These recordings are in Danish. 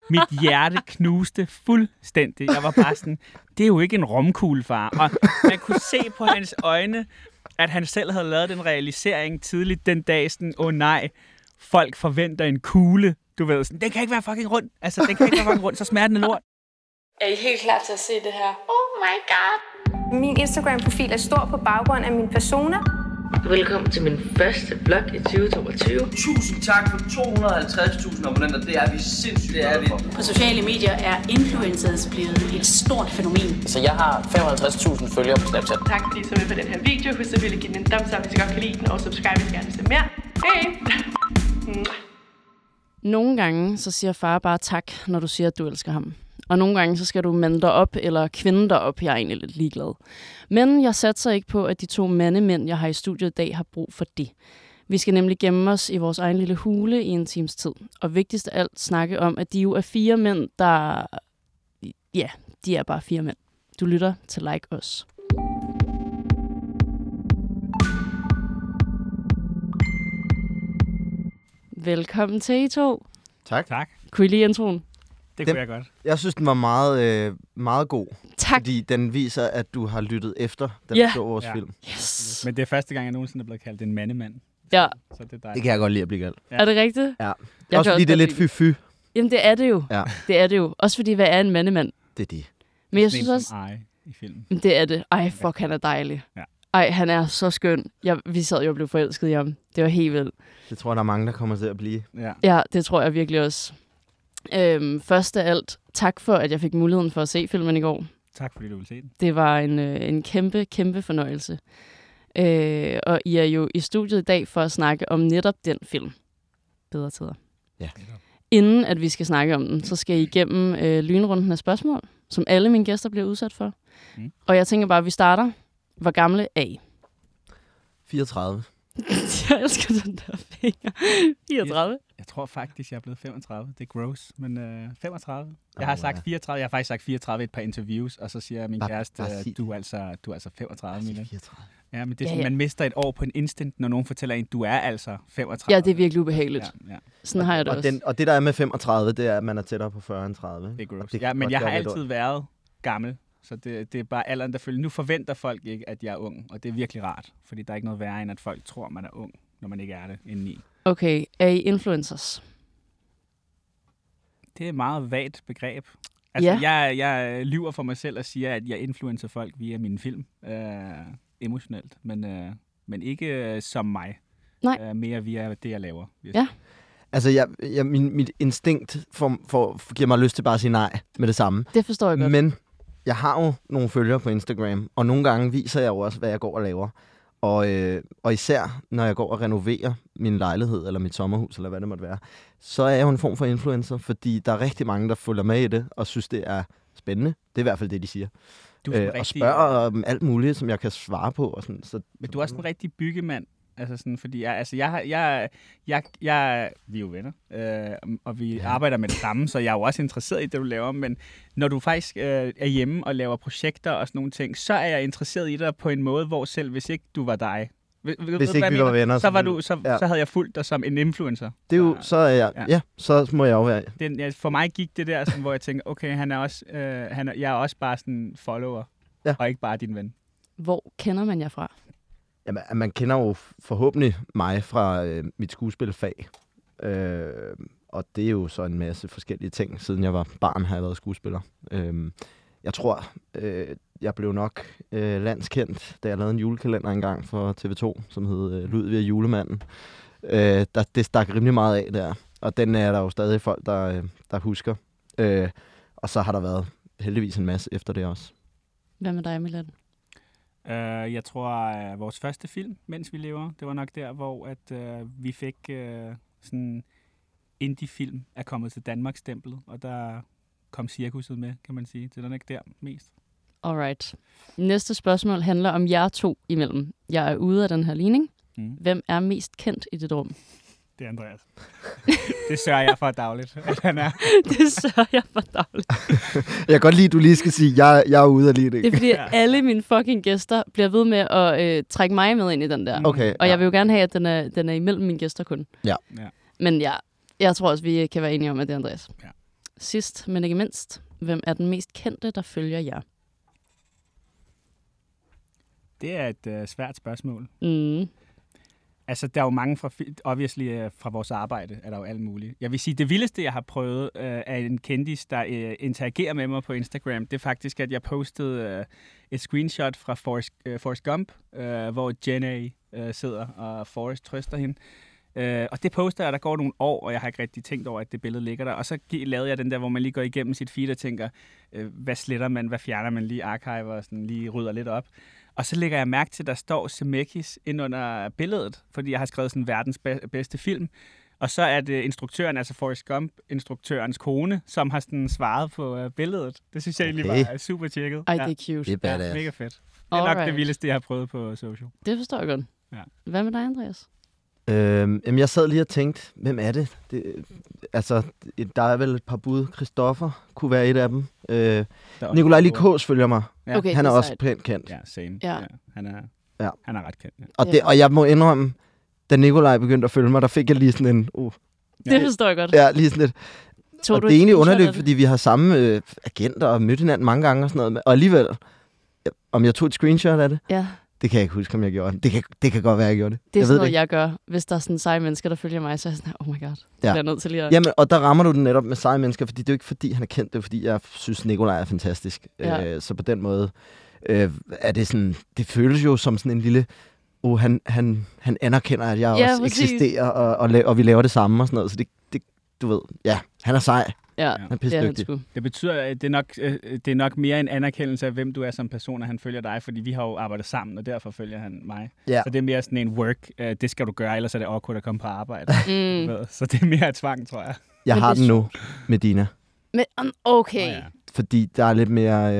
Mit hjerte knuste fuldstændig. Jeg var bare sådan, det er jo ikke en romkugle, far. Og man kunne se på hans øjne, at han selv havde lavet den realisering tidligt den dag. Sådan, nej, folk forventer en kugle. Du ved, sådan, den kan ikke være fucking rund. Altså, den kan ikke være fucking rund, så smager den af lort. Er I helt klar til at se det her? Oh my god. Min Instagram-profil er stor på baggrund af min persona. Velkommen til min første vlog i 2022. Tusind tak for 250.000 abonnenter. Det er vi sindssygt. Det er vi. På sociale medier er influencers blevet et stort fænomen. Så jeg har 55.000 følgere på Snapchat. Tak fordi I så med på den her video. Husk selvfølgelig at give den en thumbs up, hvis I godt kan lide den. Og subscribe, hvis I gerne vil se mere. Hej! Nogle gange så siger far bare tak, når du siger, at du elsker ham. Og nogle gange så skal du mande dig op eller kvinde dig op. Jeg er egentlig lidt ligeglad. Men jeg satser ikke på, at de 2 mandemænd, jeg har i studiet i dag, har brug for det. Vi skal nemlig gemme os i vores egen lille hule i en times tid. Og vigtigst af alt snakke om, at de jo er 4 mænd, der... Ja, de er bare 4 mænd. Du lytter til Like Us. Velkommen til I 2. Tak. Kunne I lide introen? Det kunne jeg godt. Jeg synes, den var meget god. Tak. Fordi den viser, at du har lyttet efter, da du så vores film. Yes. Men det er første gang, jeg nogensinde er blevet kaldt en mandemand. Ja. Så det er dejligt. Det kan jeg godt lide at blive kaldt. Ja. Er det rigtigt? Ja. Jeg også fordi det er lidt fy-fy. Jamen, det er det jo. Ja. Det er det jo. Også fordi, hvad er en mandemand? Det er det. Men jeg synes også... i filmen. Det er det. Ej, fuck, han er dejlig. Ja. Ej, han er så skøn. Vi sad jo og blev forelsket i ham. Det var helt vildt. Det tror jeg, der er mange, der kommer til at blive. Ja, det tror jeg virkelig også. Først af alt, tak for, at jeg fik muligheden for at se filmen i går. Tak fordi du ville se den. Det var en kæmpe, kæmpe fornøjelse. Og I er jo i studiet i dag for at snakke om netop den film. Bedre tider. Ja. Inden at vi skal snakke om den, så skal I igennem lynrunden af spørgsmål, som alle mine gæster bliver udsat for. Og jeg tænker bare, at vi starter. Hvor gamle er I? 34. Jeg elsker den der finger. 34? Jeg tror faktisk, jeg er blevet 35. Det er gross, men 35. Jeg har sagt 34. Jeg har faktisk sagt 34 i et par interviews, og så siger min kæreste, du er altså 35, Mila. 34. Ja, men det er sådan, man mister et år på en instant, når nogen fortæller en, du er altså 35. Ja, det er virkelig ubehageligt. Ja. Sådan har jeg det også. Og det, der er med 35, det er, at man er tættere på 40 end 30. Det er gross. Ja, men jeg har altid været gammel. Så det er bare alderen, der følger. Nu forventer folk ikke, at jeg er ung, og det er virkelig rart. Fordi der er ikke noget værre, end at folk tror, man er ung, når man ikke er det indeni. Okay, er I influencers? Det er et meget vagt begreb. Altså, jeg lyver for mig selv og siger, at jeg influencer folk via mine film. Emotionelt, men ikke som mig. Nej. Mere via det, jeg laver. Ja. Altså, mit instinkt giver mig lyst til bare at sige nej med det samme. Det forstår jeg godt. Men jeg har jo nogle følgere på Instagram, og nogle gange viser jeg jo også, hvad jeg går og laver. Og især, når jeg går og renoverer min lejlighed, eller mit sommerhus, eller hvad det måtte være, så er jeg jo en form for influencer, fordi der er rigtig mange, der følger med i det, og synes, det er spændende. Det er i hvert fald det, de siger. Og spørger om alt muligt, som jeg kan svare på. Og sådan, så, men du er også en rigtig byggemand. Altså sådan, fordi vi er jo venner, og vi arbejder med det samme, så jeg er jo også interesseret i det, du laver, men når du faktisk er hjemme og laver projekter og sådan nogle ting, så er jeg interesseret i dig på en måde, hvor selv hvis ikke du var dig, hvis ikke vi var venner, så havde jeg fulgt dig som en influencer. Det er jo, så er jeg, så må jeg jo være. For mig gik det der, sådan, hvor jeg tænker, okay, han er også, jeg er også bare sådan follower, og ikke bare din ven. Hvor kender man jer fra? Jamen, man kender jo forhåbentlig mig fra mit skuespilfag. Og det er jo så en masse forskellige ting. Siden jeg var barn, har jeg været skuespiller. Jeg tror, jeg blev nok landskendt, da jeg lavede en julekalender engang for TV2, som hed Ludvig og Julemanden. Det stak rimelig meget af der. Og den er der jo stadig folk, der husker. Og så har der været heldigvis en masse efter det også. Hvad med dig, Milan? Jeg tror, vores første film, Mens vi lever, det var nok der, hvor at, vi fik sådan indie-film er kommet til Danmarks-stemplet, og der kom cirkuset med, kan man sige. Det er nok der mest. Alright. Næste spørgsmål handler om jer 2 imellem. Jeg er ude af den her ligning. Hvem er mest kendt i det rum? Det er Andreas. Det sørger jeg for dagligt, at han er. Det sørger jeg for dagligt. Jeg kan godt lide, at du lige skal sige, jeg er ude af ligningen. Det er fordi, alle mine fucking gæster bliver ved med at trække mig med ind i den der. Okay, og jeg vil jo gerne have, at den er imellem mine gæster kun. Ja. Men jeg tror også, vi kan være enige om, at det er Andreas. Ja. sidst, men ikke mindst, hvem er den mest kendte, der følger jer? Det er et svært spørgsmål. Mm. Altså, der er jo mange fra vores arbejde, er der jo alt muligt. Jeg vil sige, det vildeste, jeg har prøvet, er en kendis, der interagerer med mig på Instagram. Det er faktisk, at jeg postede et screenshot fra Forrest Gump, hvor Jenna sidder, og Forrest trøster hende. Og det poster jeg, der går nogle år, og jeg har ikke rigtig tænkt over, at det billede ligger der. Og så lavede jeg den der, hvor man lige går igennem sit feed og tænker, hvad sletter man, hvad fjerner man lige, archiver og sådan lige rydder lidt op. Og så lægger jeg mærke til, at der står Zemeckis ind under billedet, fordi jeg har skrevet sådan verdens bedste film. Og så er det instruktøren, altså Forrest Gump, instruktørens kone, som har sådan svaret på billedet. Det synes jeg egentlig var super tjekket. Ej, det er cute. Det er badass. Ja, mega fedt. Det er nok det vildeste, jeg har prøvet på social. Det forstår jeg godt. Ja. Hvad med dig, Andreas? Jamen, jeg sad lige og tænkte, hvem er det? Der er vel et par bud. Christoffer kunne være et af dem. Nikolaj Likås følger mig. Ja. Okay, han er også sejt. pænt kendt. Ja, same. Ja. Ja. Han er ret kendt. Ja. Og jeg må indrømme, da Nikolaj begyndte at følge mig, der fik jeg lige sådan en... Det forstår jeg godt. Ja, lige sådan lidt. Tog og du det er egentlig screenshot af underligt, det? fordi vi har samme agenter og mødt hinanden mange gange og sådan noget. Og alligevel, om jeg tog et screenshot af det, Ja. det kan jeg ikke huske, om jeg gjorde det. Det kan godt være, jeg gjorde det. Det er jeg sådan ved noget, det ikke. jeg gør. Hvis der er sådan seje mennesker, der følger mig, så er jeg sådan, oh my god. Det Ja. er jeg nødt til lige at... Jamen, og der rammer du den netop med seje mennesker, fordi det er jo ikke fordi, han er kendt, det er fordi, jeg synes, Nikolaj er fantastisk. Ja. Så på den måde er det sådan, det føles jo som sådan en lille... han anerkender, at jeg også eksisterer, og vi laver det samme og sådan noget. Så det du ved, han er sej. Ja, Han er pissedygtig. Det betyder, at det er nok mere en anerkendelse af, hvem du er som person, at han følger dig, fordi vi har jo arbejdet sammen, og derfor følger han mig. Ja. Så det er mere sådan en work, det skal du gøre, ellers er det awkward at komme på arbejde. Så det er mere et tvang, tror jeg. Jeg har den nu med Dina. Men, okay. Fordi der er lidt mere...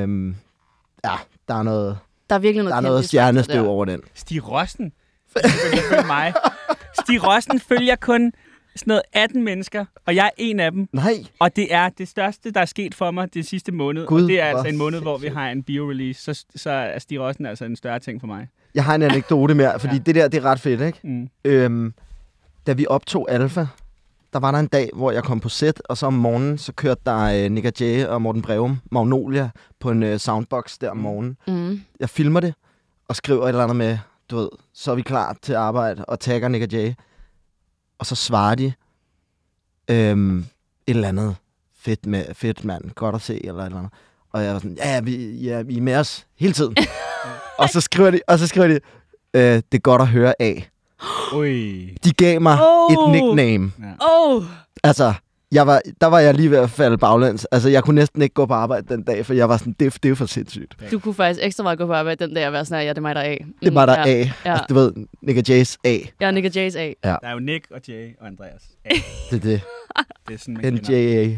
der er noget... Der er virkelig noget, der er noget stjernestøv over den. Stig Rossen følger mig. Stig Rossen følger kun sådan noget 18 mennesker, og jeg er en af dem. Nej. Og det er det største, der er sket for mig den sidste måned. Gud, og det er altså en måned, hvor vi har en bio-release. Så er Stig Rossen altså en større ting for mig. Jeg har en anekdote mere, fordi det er ret fedt, ikke? Da vi optog Alpha, der var der en dag, hvor jeg kom på set, og så om morgenen, så kørte der Nick Jay og Morten Breum, Magnolia, på en soundbox der om morgenen. Jeg filmer det, og skriver et eller andet med, du ved, så er vi klar til arbejde, og tagger Nick Jay. Og så svarer de et eller andet fedt mand, godt at se, eller et eller andet. Og jeg var sådan, vi er med os hele tiden. og så skriver de, det er godt at høre af. Ui. De gav mig et nickname. Ja. Altså, der var jeg lige ved at falde baglæns. Altså, jeg kunne næsten ikke gå på arbejde den dag, for jeg var sådan, det er jo for sindssygt. Du kunne faktisk ekstra meget gå på arbejde den dag og være sådan, det er mig, der er A. Det er mig, der er A. Ja. Altså, du ved, Nick Jay's A. Ja, Nick Jay's A. Ja. Der er jo Nick og Jay og Andreas. A. Det er det. Det er sådan, man NJA.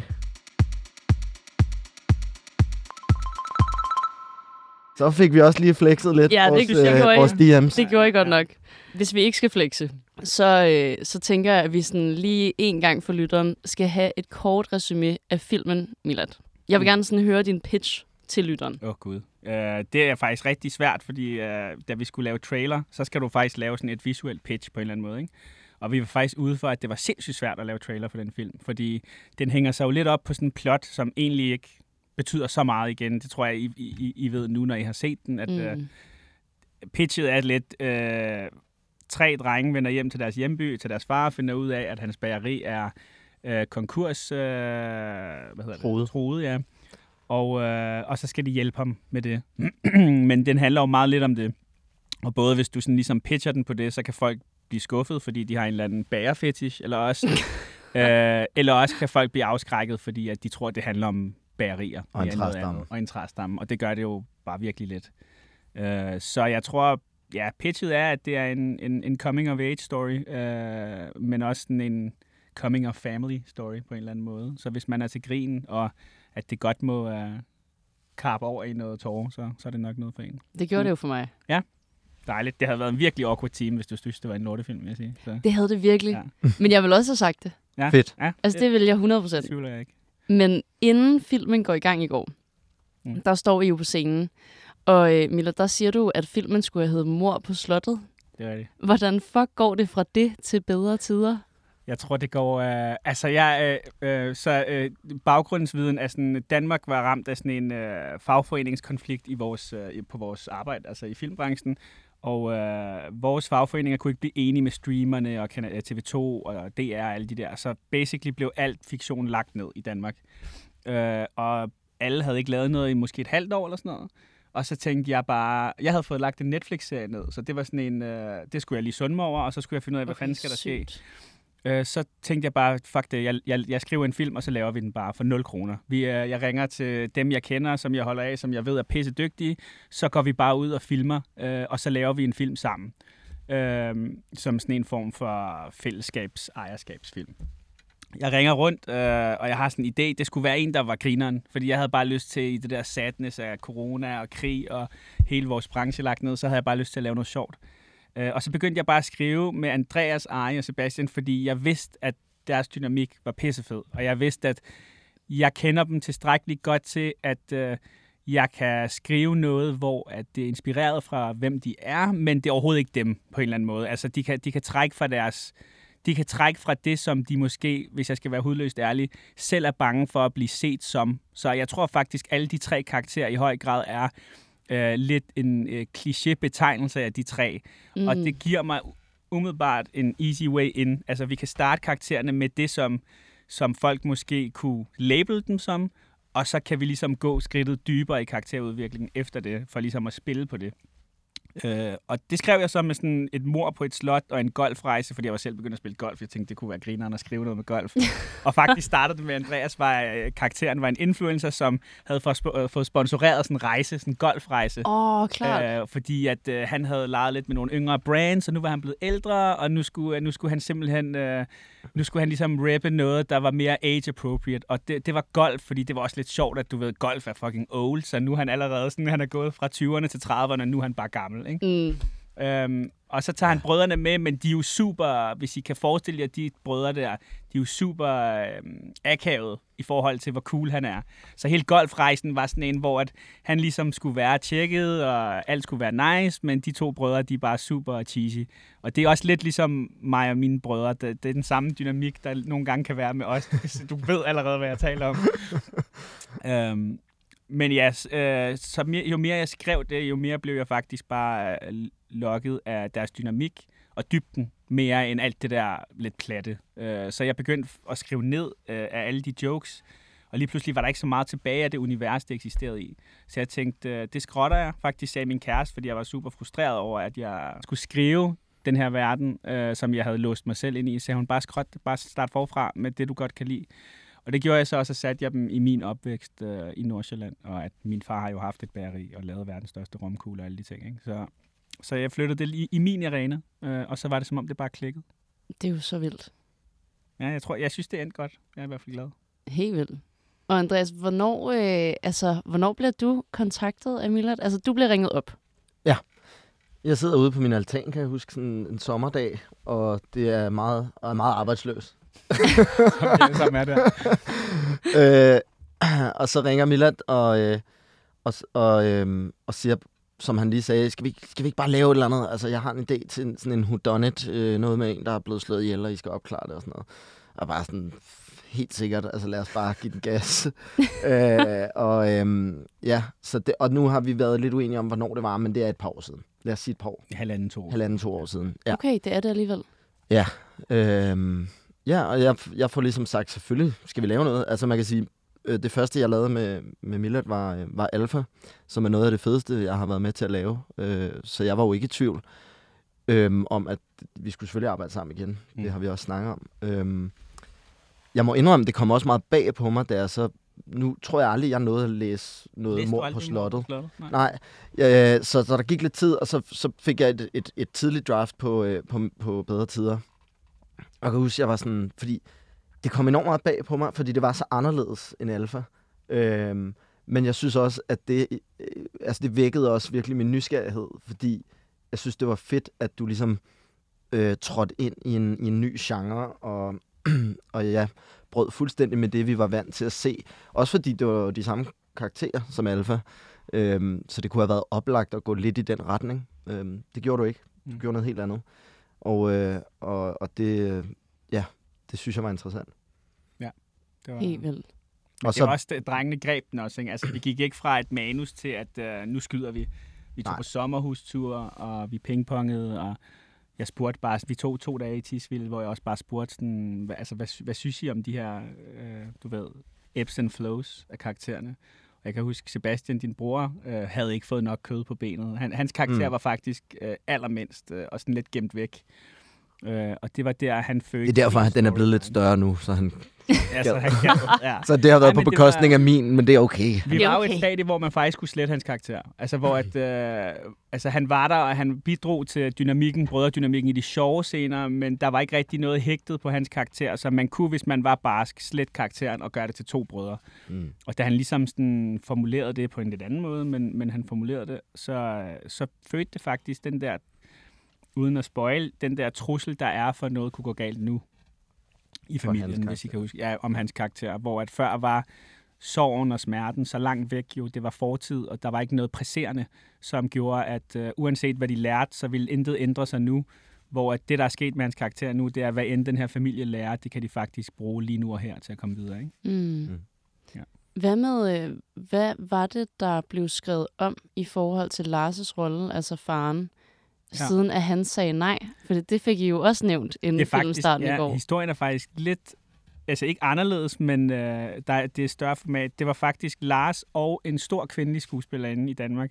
Så fik vi også lige flexet lidt vores DM's. Det gjorde I godt nok. Hvis vi ikke skal flexe, så tænker jeg, at vi sådan lige en gang for lytteren skal have et kort resume af filmen Milad. Jeg vil gerne sådan høre din pitch til lytteren. Gud. Det er faktisk rigtig svært, fordi da vi skulle lave trailer, så skal du faktisk lave sådan et visuelt pitch på en eller anden måde, ikke? Og vi var faktisk ude for, at det var sindssygt svært at lave trailer for den film, fordi den hænger sig jo lidt op på sådan en plot, som egentlig ikke betyder så meget igen. Det tror jeg, I ved nu, når I har set den, at pitchet er lidt... 3 drenge vender hjem til deres hjemby, til deres far, og finder ud af, at hans bageri er konkurs... Truet, ja. Og så skal de hjælpe ham med det. Men den handler jo meget lidt om det. Og både hvis du sådan ligesom pitcher den på det, så kan folk blive skuffet, fordi de har en eller anden bagerfetish, eller også kan folk blive afskrækket, fordi at de tror, at det handler om bagerier. Og en træstamme. Og det gør det jo bare virkelig lidt. Så jeg tror... Ja, pitchet er, at det er en coming-of-age story, men også en coming-of-family story på en eller anden måde. Så hvis man er til grin, og at det godt må karpe over i noget tårer, så er det nok noget for en. Det gjorde det jo for mig. Ja, dejligt. Det havde været en virkelig awkward time, hvis du synes, det var en lortefilm, vil jeg sige. Så. Det havde det virkelig. Ja. Men jeg vil også have sagt det. Ja. Fedt. Ja, altså, det vil jeg 100%. Det tvivler jeg ikke. Men inden filmen går i gang i går, der står I jo på scenen. Og Mila, der siger du, at filmen skulle have heddet Mord på slottet. Det er rigtigt. Hvordan fuck går det fra det til bedre tider? Jeg tror, det går... baggrundsviden er sådan... Danmark var ramt af sådan en fagforeningskonflikt på vores arbejde, altså i filmbranchen. Og vores fagforeninger kunne ikke blive enige med streamerne og TV2 og DR og alle de der. Så basically blev alt fiktion lagt ned i Danmark. Og alle havde ikke lavet noget i måske et halvt år eller sådan noget. Og så tænkte jeg bare... Jeg havde fået lagt en Netflix-serie ned, så det var sådan en... det skulle jeg lige sunde mig over, og så skulle jeg finde ud af, hvad fanden skal der ske. Så tænkte jeg bare, fuck det, jeg skriver en film, og så laver vi den bare for 0 kroner. Jeg ringer til dem, jeg kender, som jeg holder af, som jeg ved er pisse dygtige. Så går vi bare ud og filmer, og så laver vi en film sammen. Som sådan en form for fællesskabs-ejerskabsfilm. Jeg ringer rundt, og jeg har sådan en idé. Det skulle være en, der var grineren, fordi jeg havde bare lyst til i det der sadness af corona og krig og hele vores branche lagt ned, så havde jeg bare lyst til at lave noget sjovt. Og så begyndte jeg bare at skrive med Andreas, Ari og Sebastian, fordi jeg vidste, at deres dynamik var pissefed. Og jeg vidste, at jeg kender dem tilstrækkeligt godt til, at jeg kan skrive noget, hvor at det er inspireret fra, hvem de er, men det er overhovedet ikke dem på en eller anden måde. Altså, de kan trække fra deres... De kan trække fra det, som de måske, hvis jeg skal være hudløst ærlig, selv er bange for at blive set som. Så jeg tror faktisk, at alle de 3 karakterer i høj grad er lidt en kliché-betegnelse af de 3. Mm. Og det giver mig umiddelbart en easy way in. Altså, vi kan starte karaktererne med det, som folk måske kunne label dem som, og så kan vi ligesom gå skridtet dybere i karakterudviklingen efter det, for ligesom at spille på det. Og det skrev jeg så med sådan et mord på et slot og en golfrejse, fordi jeg var selv begyndt at spille golf. Jeg tænkte, det kunne være grineren at skrive noget med golf. Og faktisk startede det med, Andreas karakteren var en influencer, som havde fået sponsoreret sådan en rejse, sådan en golfrejse. Klart. Fordi at han havde leget lidt med nogle yngre brands, og nu var han blevet ældre, og nu skulle han simpelthen nu skulle han ligesom rappe noget, der var mere age-appropriate. Og det var golf, fordi det var også lidt sjovt, at du ved, golf er fucking old, så nu er han allerede sådan, han er gået fra 20'erne til 30'erne, og nu er han bare gammel. Ikke? Og så tager han brødrene med, men de er jo super, hvis I kan forestille jer, de brødre der, de er jo super akavet i forhold til, hvor cool han er. Så hele golfrejsen var sådan en, hvor at han ligesom skulle være tjekket, og alt skulle være nice, men de 2 brødre, de er bare super cheesy. Og det er også lidt ligesom mig og mine brødre. Det er den samme dynamik, der nogle gange kan være med os. Du ved allerede, hvad jeg taler om. Men ja, jo mere jeg skrev det, jo mere blev jeg faktisk bare lokket af deres dynamik og dybden, mere end alt det der lidt platte. Så jeg begyndte at skrive ned af alle de jokes, og lige pludselig var der ikke så meget tilbage af det univers, det eksisterede i. Så jeg tænkte, det skrotter jeg faktisk, sagde min kæreste, fordi jeg var super frustreret over, at jeg skulle skrive den her verden, som jeg havde låst mig selv ind i. Så hun bare start forfra med det, du godt kan lide. Og det gjorde jeg så også, at satte jeg dem i min opvækst i Nordsjælland, og at min far har jo haft et bageri og lavet verdens største romkugle og alle de ting. Ikke? Så jeg flyttede det i min arena, og så var det som om, det bare klikkede. Det er jo så vildt. Ja, jeg synes, det endte godt. Jeg er i hvert fald glad. Helt vildt. Og Andreas, hvornår bliver du kontaktet af Milad? Altså, du bliver ringet op. Ja. Jeg sidder ude på min altan, kan jeg huske, sådan en sommerdag, og det er meget arbejdsløs. Som er der. Og så ringer Milad og siger, som han lige sagde, skal vi ikke bare lave et eller andet? Altså, jeg har en idé til sådan en whodunit, noget med en, der er blevet slået ihjel, og I skal opklare det og sådan noget. Og bare sådan, helt sikkert, altså lad os bare give den gas. Og nu har vi været lidt uenige om, hvornår det var, men det er et par år siden. Lad os sige et par år. 1,5-2 år siden. Ja. Okay, det er det alligevel. Ja, og jeg får ligesom sagt, selvfølgelig skal vi lave noget. Altså man kan sige, det første jeg lavede med Milad var Alpha, som er noget af det fedeste, jeg har været med til at lave. Så jeg var jo ikke i tvivl om, at vi skulle selvfølgelig arbejde sammen igen. Det har vi også snakket om. Jeg må indrømme, det kom også meget bag på mig, da jeg så... Nu tror jeg aldrig, jeg nåede at læse noget mord på slottet. Nej. Så der gik lidt tid, og så fik jeg et tidligt draft på Bedre Tider. Og jeg kan huske, jeg var sådan... Fordi det kom enormt meget bag på mig, fordi det var så anderledes end Alpha. Men jeg synes også, at det vækkede også virkelig min nysgerrighed, fordi jeg synes, det var fedt, at du ligesom trådte ind i en ny genre, og ja, brød fuldstændig med det, vi var vant til at se. Også fordi det var de samme karakterer som Alpha, så det kunne have været oplagt at gå lidt i den retning. Det gjorde du ikke. Du gjorde noget helt andet. Og det, det synes jeg var interessant. Ja, det var... Helt vildt. Men og det var også, drengene greb den også, ikke? Altså, vi gik ikke fra et manus til, at nu skyder vi. Vi tog på sommerhustur, og vi pingpongede, og jeg spurgte bare, vi tog 2 dage i Tisvilde, hvor jeg også bare spurgte sådan, hvad synes I om de her, du ved, ebbs and flows af karaktererne? Og jeg kan huske, Sebastian, din bror, havde ikke fået nok kød på benet. Hans karakter var faktisk allermindst, og sådan lidt gemt væk. Og det var der, han følte... Det er derfor, at den er blevet lidt større nu, så han... Ja. Så det har været på bekostning af min, men det er okay. Vi var jo et stadie, hvor man faktisk kunne slette hans karakter. Altså, hvor han var der, og han bidrog til brødredynamikken i de sjove scener, men der var ikke rigtig noget hægtet på hans karakter, så man kunne, hvis man var barsk, slette karakteren og gøre det til 2 brødre. Og da han ligesom sådan formulerede det på en lidt anden måde, men han formulerede det, så fødte det faktisk den der, uden at spoil, den der trussel, der er for noget kunne gå galt nu i familien, hvis I kan huske. Ja, om hans karakter. Hvor at før var sorgen og smerten så langt væk, jo, det var fortid, og der var ikke noget presserende, som gjorde, at uanset hvad de lærte, så ville intet ændre sig nu. Hvor at det, der er sket med hans karakter nu, det er, hvad end den her familie lærer, det kan de faktisk bruge lige nu og her til at komme videre. Ikke? Ja. Hvad var det, der blev skrevet om i forhold til Lars' rolle, altså faren? Siden at han sagde nej. For det fik I jo også nævnt inden filmstarten i går. Historien er faktisk lidt, altså ikke anderledes, men det er større format. Det var faktisk Lars og en stor kvindelig skuespillerinde i Danmark.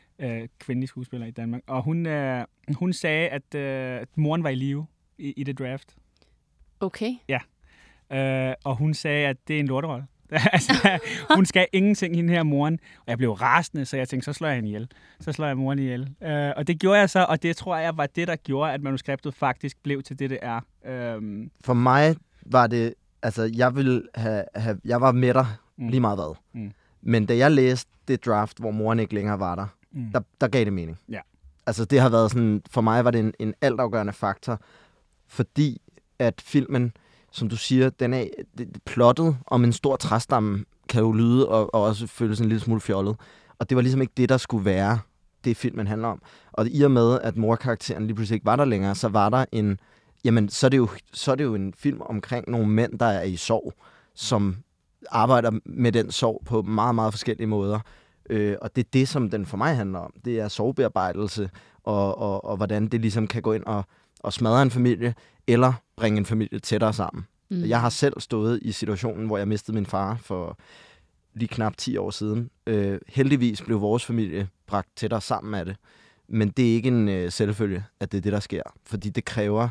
Og hun sagde, at moren var i live i det draft. Okay. Ja. Og hun sagde, at det er en lorterolle. Altså, hun skal ingenting, hende her moren. Og jeg blev rasende, så jeg tænkte, så slår jeg hende ihjel. Så slår jeg moren ihjel. Og det gjorde jeg så, og det tror jeg var det, der gjorde, at manuskriptet faktisk blev til det er. For mig var det, altså jeg var med dig lige meget hvad. Men da jeg læste det draft, hvor moren ikke længere var der gav det mening. Ja. Altså det har været sådan, for mig var det en altafgørende faktor, fordi at filmen, som du siger, den er plottet om en stor træstamme, kan jo lyde og også føles en lille smule fjollet. Og det var ligesom ikke det, der skulle være det filmen handler om. Og i og med, at morkarakteren lige pludselig ikke var der længere, så var der en... Jamen, så er det jo en film omkring nogle mænd, der er i sorg, som arbejder med den sorg på meget, meget forskellige måder. Og det er det, som den for mig handler om. Det er sorgbearbejdelse, og hvordan det ligesom kan gå ind og smadre en familie, eller bringe en familie tættere sammen. Jeg har selv stået i situationen, hvor jeg mistede min far for lige knap 10 år siden. Heldigvis blev vores familie bragt tættere sammen af det. Men det er ikke en selvfølge, at det er det, der sker. Fordi det kræver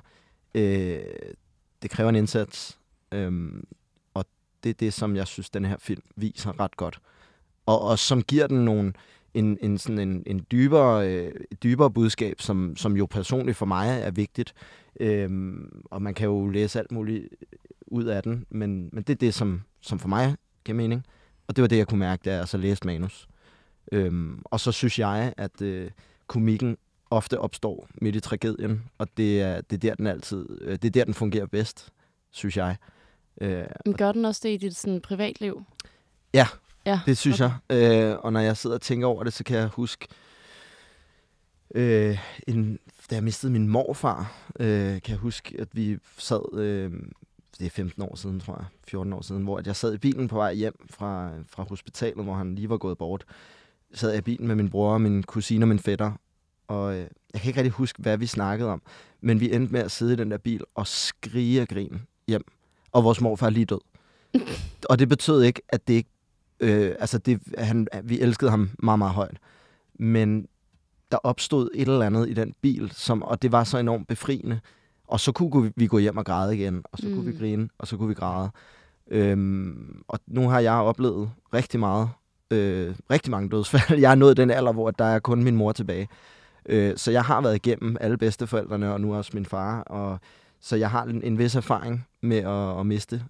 en indsats. Og det er det, som jeg synes, den her film viser ret godt. Og som giver den en dybere budskab, som jo personligt for mig er vigtigt. Og man kan jo læse alt muligt ud af den, men det er det, som for mig giver mening. Og det var det, jeg kunne mærke, da jeg så læste manus. Og så synes jeg, at komikken ofte opstår midt i tragedien, og det er der, den fungerer bedst, synes jeg. Gør den også det i dit sådan, privatliv? Ja, det synes jeg. Og når jeg sidder og tænker over det, så kan jeg huske, da jeg mistede min morfar, kan jeg huske, at vi sad, det er 15 år siden, tror jeg, 14 år siden, hvor jeg sad i bilen på vej hjem fra hospitalet, hvor han lige var gået bort. Sad jeg i bilen med min bror, min kusine og min fætter, og jeg kan ikke rigtig huske, hvad vi snakkede om, men vi endte med at sidde i den der bil og skrige og grine hjem, og vores morfar er lige død. Og det betød ikke, at det ikke, vi elskede ham meget, meget højt, men der opstod et eller andet i den bil, og det var så enormt befriende. Og så kunne vi gå hjem og græde igen, og så kunne vi grine, og så kunne vi græde. Og nu har jeg oplevet rigtig mange dødsfald. Jeg er nået den alder, hvor der er kun min mor tilbage. Så jeg har været igennem alle bedsteforældrene, og nu også min far. Så jeg har en vis erfaring med at miste.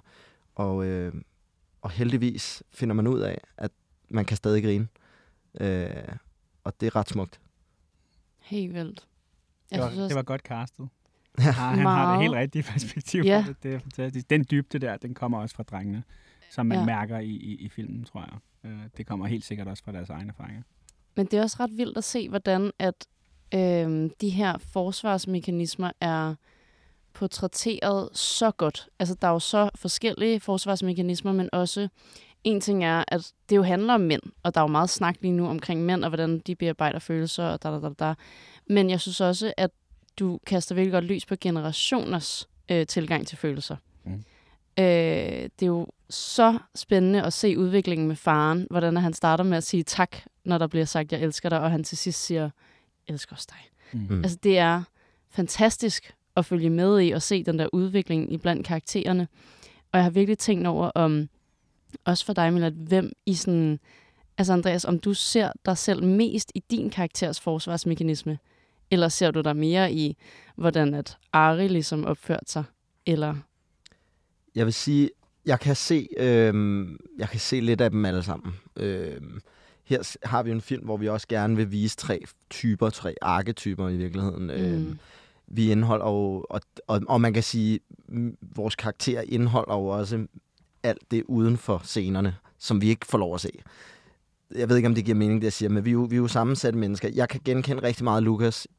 Og heldigvis finder man ud af, at man kan stadig grine. Og det er ret smukt. Helt vildt. Det var godt castet. Han har det helt rigtige perspektiv på det. Det er fantastisk. Den dybde der, den kommer også fra drengene, som man mærker i filmen, tror jeg. Det kommer helt sikkert også fra deres egne erfaringer. Men det er også ret vildt at se, hvordan at de her forsvarsmekanismer er portrætteret så godt. Altså, der er jo så forskellige forsvarsmekanismer, men også en ting er, at det jo handler om mænd, og der er jo meget snak lige nu omkring mænd, og hvordan de bearbejder følelser, og Men jeg synes også, at du kaster virkelig godt lys på generationers tilgang til følelser. Det er jo så spændende at se udviklingen med faren, hvordan han starter med at sige tak, når der bliver sagt, jeg elsker dig, og han til sidst siger, jeg elsker også dig. Altså, det er fantastisk at følge med i og se den der udvikling i blandt karaktererne. Og jeg har virkelig tænkt over, om også for dig, Milad, hvem i sådan... Altså, Andreas, om du ser dig selv mest i din karakters forsvarsmekanisme, eller ser du dig mere i, hvordan at Ari ligesom opførte sig, eller... Jeg vil sige, jeg kan se lidt af dem alle sammen. Her har vi en film, hvor vi også gerne vil vise 3 arketyper i virkeligheden. Vi indeholder jo, og man kan sige, vores karakter indeholder jo også alt det uden for scenerne, som vi ikke får lov at se. Jeg ved ikke, om det giver mening, det jeg siger, men vi er jo sammensatte mennesker. Jeg kan genkende rigtig meget Lukas.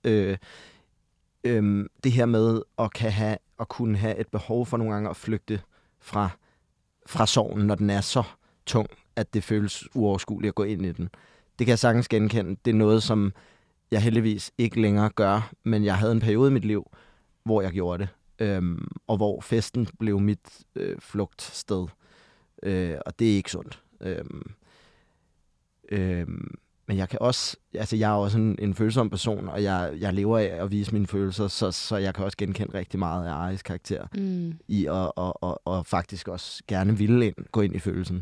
Det her med at kunne have et behov for nogle gange at flygte fra sorgen, når den er så tung, at det føles uoverskueligt at gå ind i den. Det kan jeg sagtens genkende. Det er noget, som jeg heldigvis ikke længere gør, men jeg havde en periode i mit liv, hvor jeg gjorde det, og hvor festen blev mit flugtsted. Og det er ikke sundt. Men jeg kan også, altså jeg er også en følsom person, og jeg lever af at vise mine følelser, så jeg kan også genkende rigtig meget af Aris karakter i at faktisk også gerne ville gå ind i følelsen.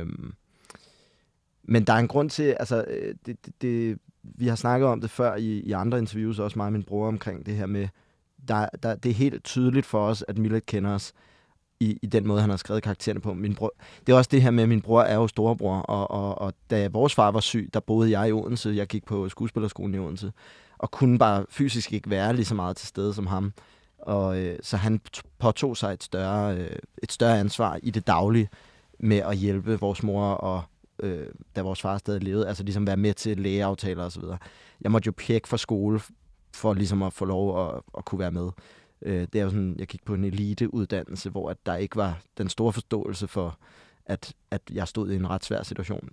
Men der er en grund til, altså vi har snakket om det før i andre interviews, også mig og min bror omkring det her med, det er helt tydeligt for os, at Milad kender os i den måde, han har skrevet karaktererne på. Min bror, det er også det her med, at min bror er jo storebror, og da vores far var syg, der boede jeg i Odense. Jeg gik på skuespillerskolen i Odense, og kunne bare fysisk ikke være lige så meget til stede som ham. Og så han påtog sig et større ansvar i det daglige med at hjælpe vores mor, og da vores far stadig levede, altså ligesom være med til lægeaftaler osv. Jeg måtte jo pjekke fra skole for ligesom at få lov at kunne være med. Det er jo sådan, jeg gik på en eliteuddannelse, hvor at der ikke var den store forståelse for, at jeg stod i en ret svær situation.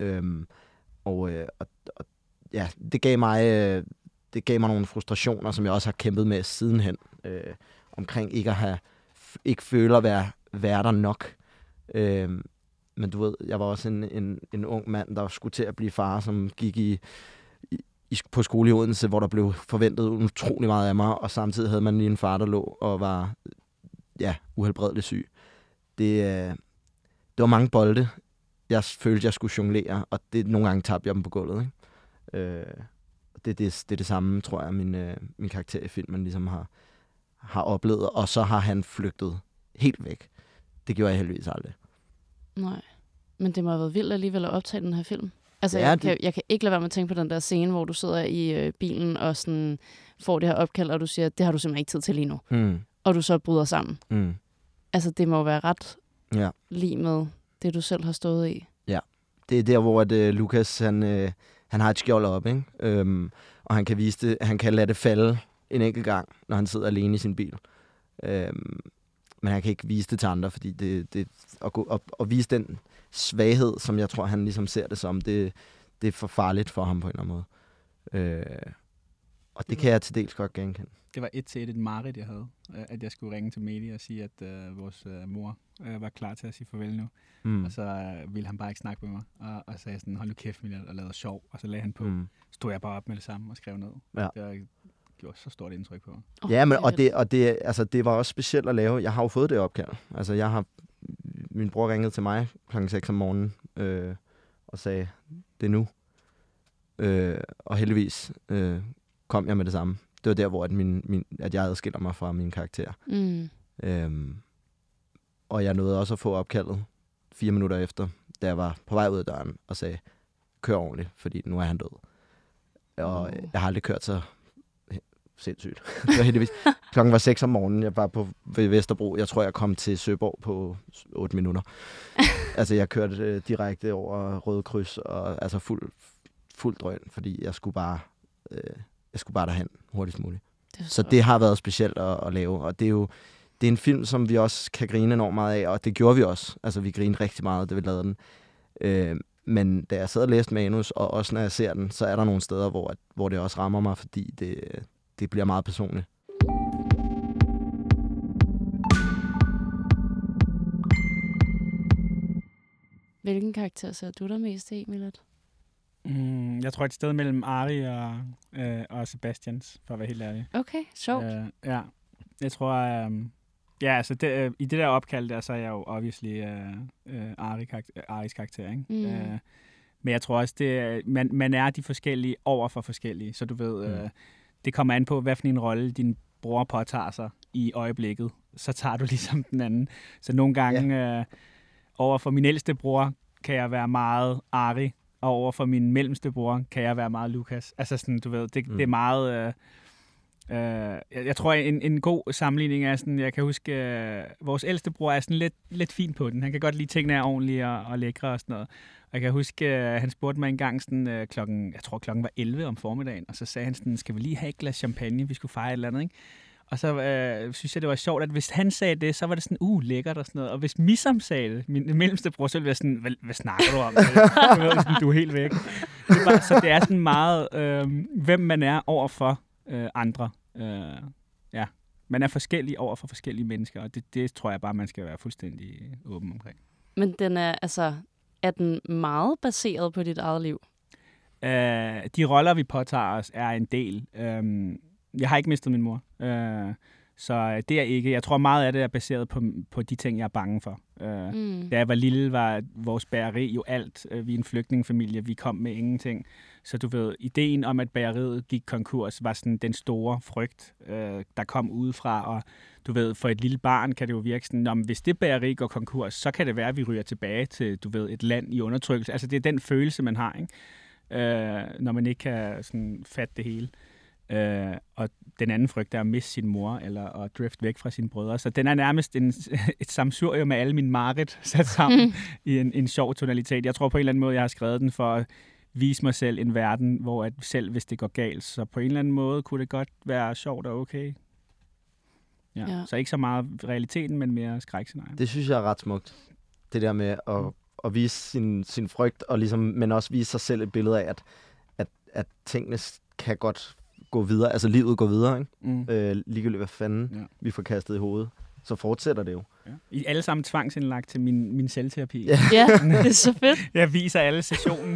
Ja, det gav mig nogle frustrationer, som jeg også har kæmpet med sidenhen, omkring ikke føle at være der nok. Men du ved, jeg var også en ung mand, der skulle til at blive far, som gik på skole i Odense, hvor der blev forventet utrolig meget af mig, og samtidig havde man lige en far, der lå og var uhelbredeligt syg. Det var mange bolde, jeg følte, jeg skulle jonglere, og nogle gange tabte jeg dem på gulvet. Ikke? Det er det samme, tror jeg, min karakter i filmen ligesom har oplevet, og så har han flygtet helt væk. Det gjorde jeg heldigvis aldrig. Nej, men det må have været vildt alligevel at optage den her film. Altså, ja, jeg kan ikke lade være med at tænke på den der scene, hvor du sidder i bilen og sådan får det her opkald, og du siger, det har du simpelthen ikke tid til lige nu. Og du så bryder sammen. Altså, det må være ret lige med det, du selv har stået i. Ja, det er der, hvor Lukas, han har et skjold op, ikke? Og han kan vise det, han kan lade det falde en enkelt gang, når han sidder alene i sin bil. Men han kan ikke vise det til andre, fordi det at vise den svaghed, som jeg tror, han ligesom ser det som, det er for farligt for ham på en eller anden måde. Og det kan jeg til dels godt genkende. Det var et mareridt, jeg havde, at jeg skulle ringe til Meli og sige, at vores mor var klar til at sige farvel nu. Og så ville han bare ikke snakke med mig, og sagde sådan, hold nu kæft, Milad, og lavede sjov, og så lagde han på. Stod jeg bare op med det samme og skrev ned. Ja. Det gjorde så stort indtryk på mig. Ja, men det var også specielt at lave. Jeg har jo fået det opkald. Altså, min bror ringede til mig kl. 6 om morgenen og sagde, det er nu. Og heldigvis kom jeg med det samme. Det var der, hvor at jeg adskiller mig fra min karakter. Og jeg nåede også at få opkaldet 4 minutter efter, da jeg var på vej ud af døren og sagde, kør ordentligt, fordi nu er han død. Og jeg har aldrig kørt så sindssygt. Klokken var 6 om morgenen. Jeg var ved Vesterbro. Jeg tror, jeg kom til Søborg på 8 minutter. Altså, jeg kørte direkte over Røde Kryds, og altså fuld drøn, fordi jeg skulle bare derhen hurtigst muligt. Så det har været specielt at lave, og det er en film, som vi også kan grine enormt meget af, og det gjorde vi også. Altså, vi grinede rigtig meget, da vi lavede den. Men da jeg sad og læste manus, og også når jeg ser den, så er der nogle steder, hvor det også rammer mig, fordi det bliver meget personligt. Hvilken karakter ser du der mest i, Milad? Jeg tror et sted mellem Ari og Sebastians, for at være helt ærlig. Okay, sjovt. Ja, jeg tror... altså i det der opkald der, så er jeg jo obviously Aris karakter, ikke? Men jeg tror også, man er de forskellige over for forskellige, så du ved, det kommer an på, hvad for en rolle din bror påtager sig i øjeblikket. Så tager du ligesom den anden. Så nogle gange over for min ældste bror kan jeg være meget Ari, og over for min mellemste bror kan jeg være meget Lukas. Altså sådan, du ved, det er meget... jeg tror, en god sammenligning er sådan, jeg kan huske, vores ældste bror er sådan lidt fin på den. Han kan godt lide tingene er ordentlige og lækre og sådan noget. Og jeg kan huske, han spurgte mig engang sådan, klokken var 11 om formiddagen, og så sagde han sådan, skal vi lige have et glas champagne, vi skulle fejre et eller andet, ikke? Og så synes jeg, det var sjovt, at hvis han sagde det, så var det sådan, lækkert og sådan noget. Og hvis Missam sagde det, min mellemste bror, så ville jeg sådan, hvad snakker du om? Du er helt væk. Så det er sådan meget, hvem man er over for andre. Man er forskellig over for forskellige mennesker, og det tror jeg bare, man skal være fuldstændig åben omkring. Men den er den meget baseret på dit eget liv? De roller, vi påtager os, er en del. Jeg har ikke mistet min mor, så det er ikke. Jeg tror, meget af det er baseret på de ting, jeg er bange for. Da jeg var lille, var vores bageri jo alt. Vi er en flygtningefamilie, vi kom med ingenting. Så du ved, ideen om, at bageriet gik konkurs, var sådan den store frygt, der kom udefra. Og du ved, for et lille barn kan det jo virke sådan, hvis det bageri går konkurs, så kan det være, at vi ryger tilbage til, du ved, et land i undertrykkelse. Altså det er den følelse, man har, ikke? Når man ikke kan sådan fatte det hele. Og den anden frygt er at miste sin mor, eller at drifte væk fra sine brødre. Så den er nærmest et samsurium med alle mine mareridt sat sammen i en sjov tonalitet. Jeg tror på en eller anden måde, jeg har skrevet den for at vise mig selv en verden, hvor at selv hvis det går galt, så på en eller anden måde kunne det godt være sjovt og okay. Ja. Så ikke så meget realiteten, men mere skrækscenarier. Det synes jeg er ret smukt. Det der med at vise sin frygt, og ligesom, men også vise sig selv et billede af, at tingene kan godt gå videre. Altså livet går videre, ikke? Ligegyldigt hvad fanden vi får kastet i hovedet. Så fortsætter det jo. Ja. I alle sammen tvangsindlagt til min selvterapi. Ja, det er så fedt. Jeg viser alle sessionen.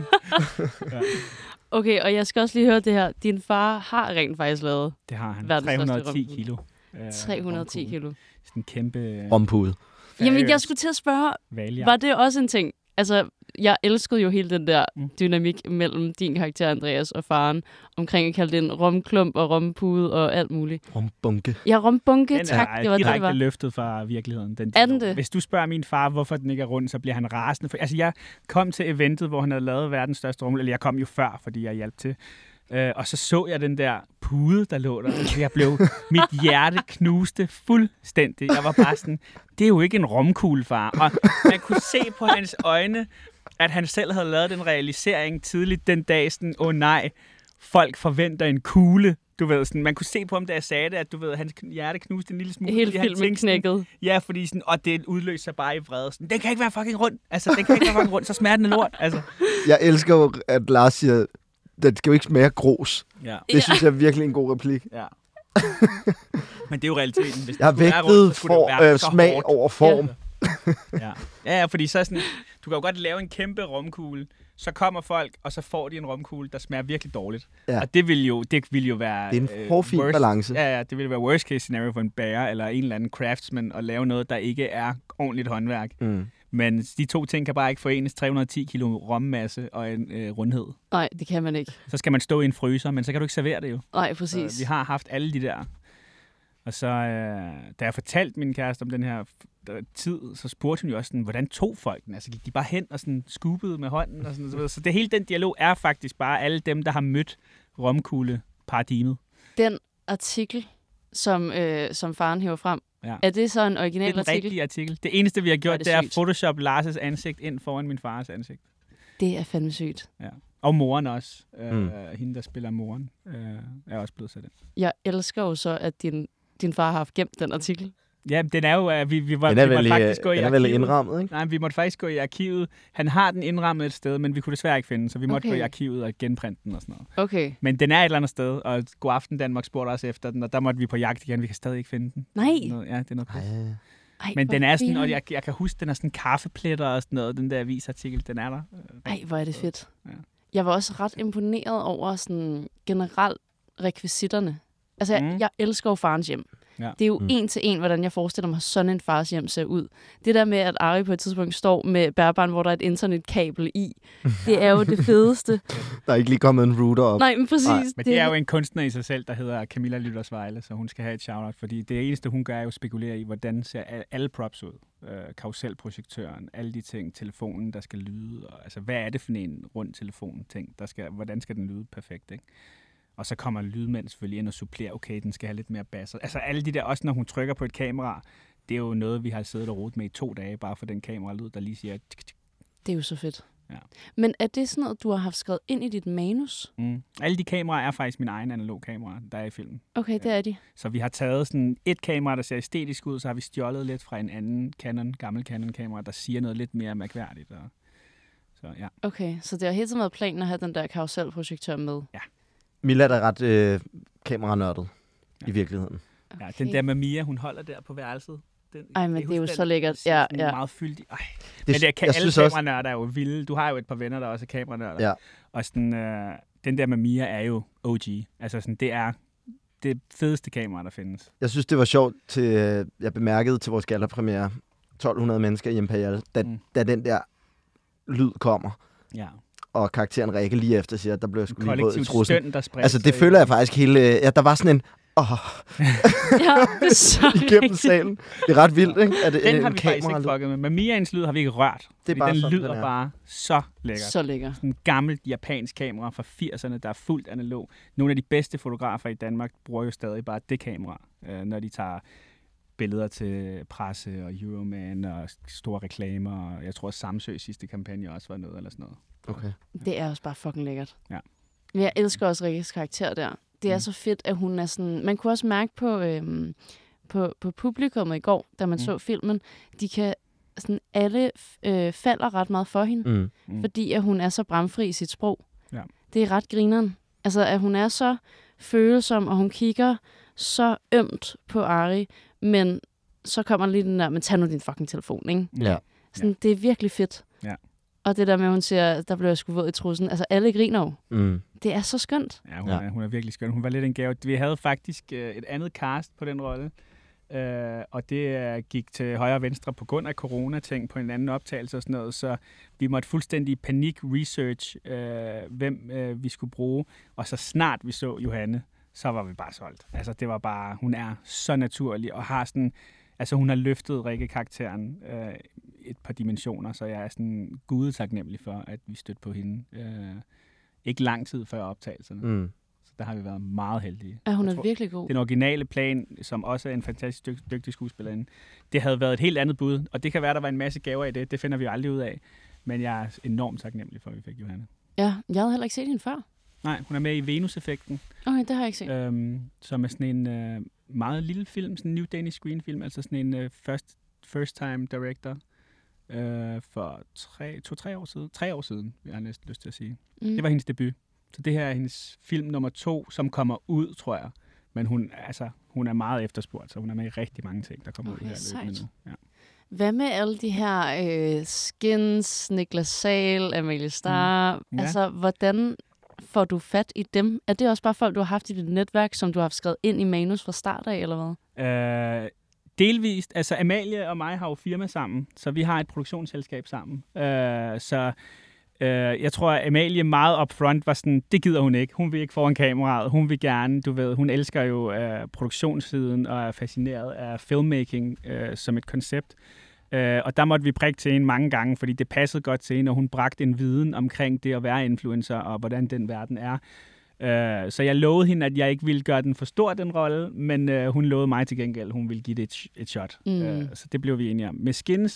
Okay, og jeg skal også lige høre det her. Din far har rent faktisk lavet. Det har han. 310 kilo. 310 kilo. Sådan en kæmpe... Rompude. Jamen, jeg skulle til at spørge, var det også en ting? Altså, jeg elskede jo hele den der dynamik mellem din karakter, Andreas, og faren, omkring at kalde det en romklump og rompude og alt muligt. Rombunke. Ja, rombunke, tak. Det var direkte løftet fra virkeligheden. Er den det? Hvis du spørger min far, hvorfor den ikke er rund, så bliver han rasende. Altså, jeg kom til eventet, hvor han havde lavet verdens største rummel, eller jeg kom jo før, fordi jeg hjalp til. Og så jeg den der pude, der lå der. Mit hjerte knuste fuldstændig. Jeg var bare sådan, det er jo ikke en romkugle, far. Og man kunne se på hans øjne, at han selv havde lavet den realisering tidligt den dag, sådan, nej, folk forventer en kugle. Du ved, sådan, man kunne se på ham, da jeg sagde det, at du ved, hans hjerte knuste en lille smule. Helt filmen knækket. Ja, fordi sådan, og det udløser sig bare i vrede. Sådan, den kan ikke være fucking rund. Altså, den kan ikke være fucking rund, så smager den af lort. Altså. Jeg elsker jo, at Lars siger, den skal jo ikke smage grus. Ja. Det synes jeg er virkelig en god replik. Ja. Men det er jo realiteten. Hvis jeg har vægtet smag hårdt over form. Ja, fordi så er sådan, du kan jo godt lave en kæmpe romkugle, så kommer folk, og så får de en romkugle, der smager virkelig dårligt. Ja. Og det vil jo være... Det er en hårfin balance. Ja, det vil være worst case scenario for en bager eller en eller anden craftsman at lave noget, der ikke er ordentligt håndværk. Men de to ting kan bare ikke forenes. 310 kilo rommasse og en rundhed. Nej, det kan man ikke. Så skal man stå i en fryser, men så kan du ikke servere det jo. Nej, præcis. Så vi har haft alle de der. Og så, da jeg fortalte min kæreste om den her tid, så spurgte hun jo også sådan, hvordan tog folk den? Altså gik de bare hen og sådan scoopede med hånden og sådan noget. Så det hele den dialog er faktisk bare alle dem, der har mødt romkugle-paradigmet. Den artikel, som faren hæver frem, er det så en original artikel? Det er den rigtige artikel. Det eneste, vi har gjort, det er at Photoshop Lars' ansigt ind foran min fars ansigt. Det er fandme sygt. Ja. Og moren også. Hende, der spiller moren, er også blevet sat ind. Jeg elsker jo så, at din far har haft gemt den artikel. Ja, den er jo, vi måtte faktisk gå i arkivet. Den er vel indrammet, ikke? Nej, vi måtte faktisk gå i arkivet. Han har den indrammet et sted, men vi kunne desværre ikke finde den, så vi måtte gå i arkivet og genprinte den og sådan noget. Okay. Men den er et eller andet sted, og God Aften Danmark spurgte også efter den, og der måtte vi på jagt igen. Vi kan stadig ikke finde den. Nej. Ja, det er noget pisse. Ej, men den er sådan, og jeg kan huske, den er sådan kaffepletter og sådan noget, den der avisartikel, den er der. Ej, hvor er det fedt. Ja. Jeg var også ret imponeret over sådan generelt rekvisitterne. Altså, jeg elsker jo Farens Hjem. Ja. Det er jo en til en, hvordan jeg forestiller mig, sådan en Fars Hjem ser ud. Det der med, at Ari på et tidspunkt står med bærbarn, hvor der er et internetkabel i, det er jo det fedeste. Der er ikke lige kommet en router op. Nej, men præcis. Nej. Men det er jo en kunstner i sig selv, der hedder Camilla Lyttersvejle, så hun skal have et shout-out, fordi det eneste, hun gør, er jo at spekulere i, hvordan ser alle props ud. Karuselprojektøren, alle de ting, telefonen, der skal lyde, og, altså hvad er det for en rund telefon-ting, hvordan skal den lyde perfekt, ikke? Og så kommer lydmænd selvfølgelig ind og supplerer, okay, den skal have lidt mere basser. Altså alle de der, også når hun trykker på et kamera, det er jo noget, vi har siddet og rodet med i 2 dage, bare for den kameralyd, der lige siger... Det er jo så fedt. Ja. Men er det sådan noget, du har haft skrevet ind i dit manus? Alle de kameraer er faktisk min egen analog kamera, der er i filmen. Okay, det er de. Så vi har taget sådan et kamera, der ser æstetisk ud, så har vi stjålet lidt fra en anden gammel Canon-kamera, der siger noget lidt mere mærkværdigt. Så, ja. Okay, så det har hele tiden været planen at have den der karuselprojektør med? Ja. Milla er ret kameranørdet i virkeligheden. Okay. Ja, den der med Mia, hun holder der på værelset. Ej, men det er jo så lækkert. Ja. Meget fyldig. Men alle kameranørder er jo vilde. Du har jo et par venner, der også er kameranørder. Ja. Og sådan, den der med Mia er jo OG. Altså sådan, det er det fedeste kamera, der findes. Jeg synes, det var sjovt, jeg bemærkede til vores gallerpremiere 1200 mennesker i Imperial, da den der lyd kommer. Ja. Og karakteren Rikke lige efter siger, at der blev sgu lige våd i trussen. Altså, det føler jeg faktisk hele... Ja, der var sådan en... ja, det er så igennem salen. Det er ret vildt, ikke? Den har vi faktisk ikke fucket med. Men Miaens lyd har vi ikke rørt. Det er bare den sådan, lyder bare så lækkert. Så lækker. Sådan en gammel japansk kamera fra 80'erne, der er fuldt analog. Nogle af de bedste fotografer i Danmark bruger jo stadig bare det kamera, når de tager billeder til presse og Euroman og store reklamer. Og jeg tror, at Samsø sidste kampagne også var noget eller sådan noget. Okay. Det er også bare fucking lækkert. Ja. Men jeg elsker også Rikkes karakter der. Det er så fedt, at hun er sådan... Man kunne også mærke på publikummet i går, da man så filmen, de kan... Sådan, alle falder ret meget for hende, fordi at hun er så bramfri i sit sprog. Ja. Det er ret grineren. Altså, at hun er så følsom, og hun kigger så ømt på Ari, men så kommer lige den der, men tag nu din fucking telefon, ikke? Ja. Sådan, det er virkelig fedt. Ja. Og det der med, at hun siger, der blev jeg sgu våd i trussen. Altså, alle griner jo. Det er så skønt. Ja, hun er virkelig skøn. Hun var lidt en gave. Vi havde faktisk et andet cast på den rolle, og det gik til højre og venstre på grund af corona-ting på en anden optagelse og sådan noget, så vi måtte fuldstændig panik-research, hvem vi skulle bruge, og så snart vi så Johanne, så var vi bare solgt. Altså, det var bare, hun er så naturlig, og har sådan, altså hun har løftet Rikke-karakteren et par dimensioner, så jeg er sådan gudetaknemmelig for, at vi stødte på hende. Ikke lang tid før optagelserne. Så der har vi været meget heldige. Ja, hun er virkelig god. Den originale plan, som også er en fantastisk dygtig skuespillerinde, det havde været et helt andet bud, og det kan være, der var en masse gaver i det. Det finder vi aldrig ud af. Men jeg er enormt taknemmelig for, at vi fik Johanne. Ja, jeg havde heller ikke set hende før. Nej, hun er med i Venus-effekten. Okay, det har jeg ikke set. Som er sådan en meget lille film, sådan en New Danish Screen film, altså sådan en first time director for 3 år siden. 3 år siden, vil jeg næsten lyst til at sige. Det var hendes debut. Så det her er hendes film nummer 2, som kommer ud, tror jeg. Men hun er meget efterspurgt, så hun er med i rigtig mange ting, der kommer ud her løbende nu. Ja. Hvad med alle de her Skins, Niklas Sahl, Amalie Starr? Ja. Altså, hvordan får du fat i dem? Er det også bare folk, du har haft i dit netværk, som du har skrevet ind i manus fra start af, eller hvad? Delvist. Altså, Amalie og mig har jo firma sammen, så vi har et produktionsselskab sammen. Jeg tror, at Amalie meget upfront var sådan, det gider hun ikke. Hun vil ikke foran kameraet. Hun vil gerne, du ved, hun elsker jo produktionssiden og er fascineret af filmmaking som et koncept. Og der måtte vi prikke til hende mange gange, fordi det passede godt til hende, og hun bragte en viden omkring det at være influencer og hvordan den verden er. Så jeg lovede hende, at jeg ikke ville gøre den for stor, den rolle, men hun lovede mig til gengæld, at hun ville give det et shot. Så det blev vi enige om. Med Skins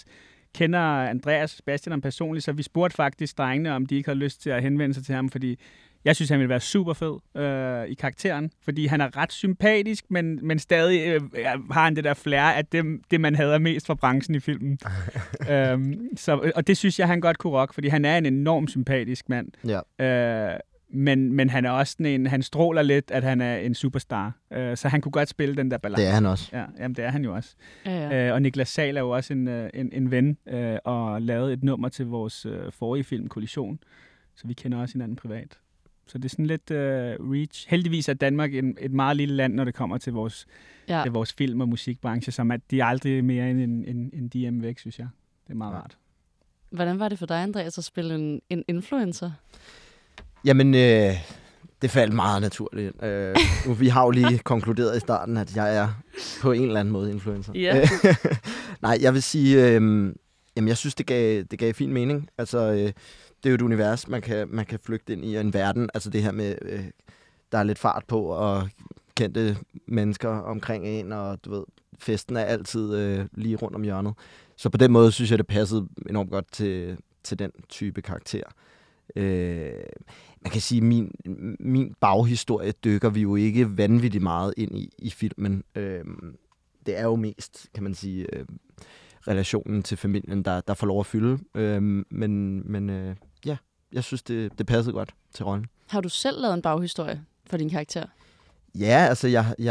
kender Andreas og Sebastian personligt, så vi spurgte faktisk drengene, om de ikke havde lyst til at henvende sig til ham, fordi jeg synes, han ville være super fed i karakteren, fordi han er ret sympatisk, men stadig har han det der flair, at det man hader mest fra branchen i filmen. Og det synes jeg, han godt kunne rock, fordi han er en enormt sympatisk mand. Ja. Men han er også sådan han stråler lidt, at han er en superstar. Så han kunne godt spille den der balance. Det er han også. Ja, jamen, det er han jo også. Ja. Og Niklas Sahl er jo også en ven, og lavede et nummer til vores forrige film, Kollision. Så vi kender også hinanden privat. Så det er sådan lidt reach. Heldigvis er Danmark et meget lille land, når det kommer til vores film- og musikbranche, som at de er aldrig mere end en DM væk, synes jeg. Det er meget rart. Hvordan var det for dig, Andreas, at spille en influencer? Jamen, det faldt meget naturligt. Vi har jo lige konkluderet i starten, at jeg er på en eller anden måde influencer. Yeah. Nej, jeg vil sige, jamen, jeg synes, det gav fin mening. Altså, det er jo et univers, man kan flygte ind i, en verden. Altså det her med, der er lidt fart på, og kendte mennesker omkring en, og du ved, festen er altid lige rundt om hjørnet. Så på den måde synes jeg, det passede enormt godt til den type karakter. Man kan sige, min baghistorie dykker vi jo ikke vanvittigt meget ind i filmen. Det er jo mest, kan man sige, relationen til familien, der får lov at fylde. Men ja, jeg synes, det passede godt til rollen. Har du selv lavet en baghistorie for din karakter? Ja, altså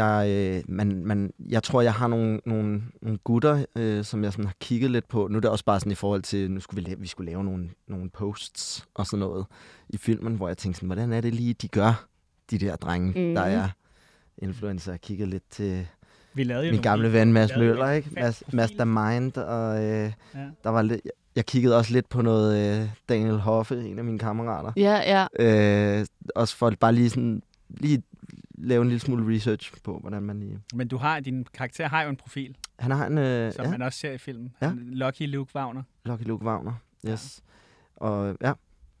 jeg tror, jeg har nogle gutter, som jeg sådan har kigget lidt på. Nu er det også bare sådan i forhold til, nu skulle vi skulle lave nogle posts og sådan noget i filmen, hvor jeg tænkte sådan, hvordan er det lige, de gør, de der drenge, der er influencer. Jeg kiggede lidt til min gamle ven Mads Møller, ikke? Mastermind, og der var lidt, jeg kiggede også lidt på noget Daniel Hoffe, en af mine kammerater. Ja. Også for bare lige lave en lille smule research på, hvordan man lige... Men din karakter har jo en profil. Han har en... som man også ser i filmen. Ja. Lucky Luke Wagner. Lucky Luke Wagner, yes. Ja. Og ja.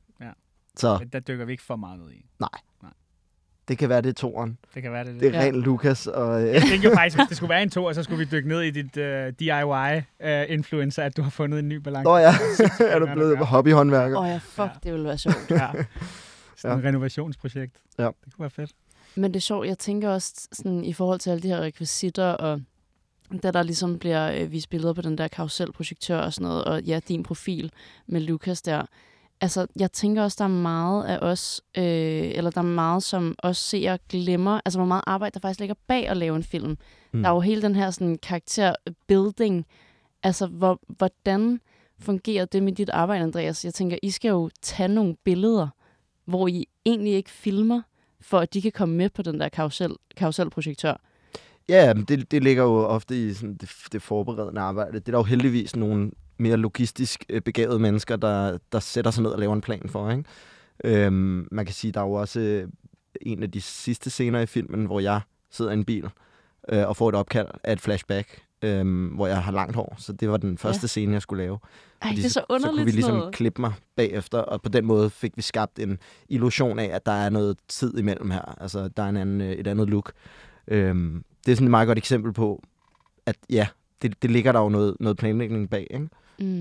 Så. Men der dykker vi ikke for meget ned i. Nej. Det kan være, det er toeren. Det kan være, det er rent Lukas. Og, jeg tænkte jo faktisk, hvis det skulle være en toer, så skulle vi dykke ned i dit DIY-influencer, at du har fundet en ny balance. Ja. Er du blevet hobbyhåndværker? Fuck, det ville være sjovt. Sådan et renovationsprojekt. Ja. Det kunne være fedt. Men det er sjovt, jeg tænker også sådan, i forhold til alle de her rekvisitter, og da der ligesom bliver vist billeder på den der karuselprojektør og sådan noget, og ja, din profil med Lukas der. Altså, jeg tænker også, der er meget af os, eller der er meget, som også ser og glemmer, altså hvor meget arbejde, der faktisk ligger bag at lave en film. Der er jo hele den her sådan karakterbuilding. Altså, hvordan fungerer det med dit arbejde, Andreas? Jeg tænker, I skal jo tage nogle billeder, hvor I egentlig ikke filmer, for at de kan komme med på den der karuselprojektør. Ja, det ligger jo ofte i sådan det forberedende arbejde. Det er der jo heldigvis nogle mere logistisk begavede mennesker, der sætter sig ned og laver en plan for, ikke? Man kan sige, der er jo også en af de sidste scener i filmen, hvor jeg sidder i en bil og får et opkald af et flashback, hvor jeg har langt hår. Så det var den første scene, jeg skulle lave. Ej, det er så underligt. Så kunne vi ligesom klippe mig bagefter, og på den måde fik vi skabt en illusion af, at der er noget tid imellem her. Altså, der er et andet look. Det er sådan et meget godt eksempel på, at ja, det ligger der jo noget planlægning bag, ikke?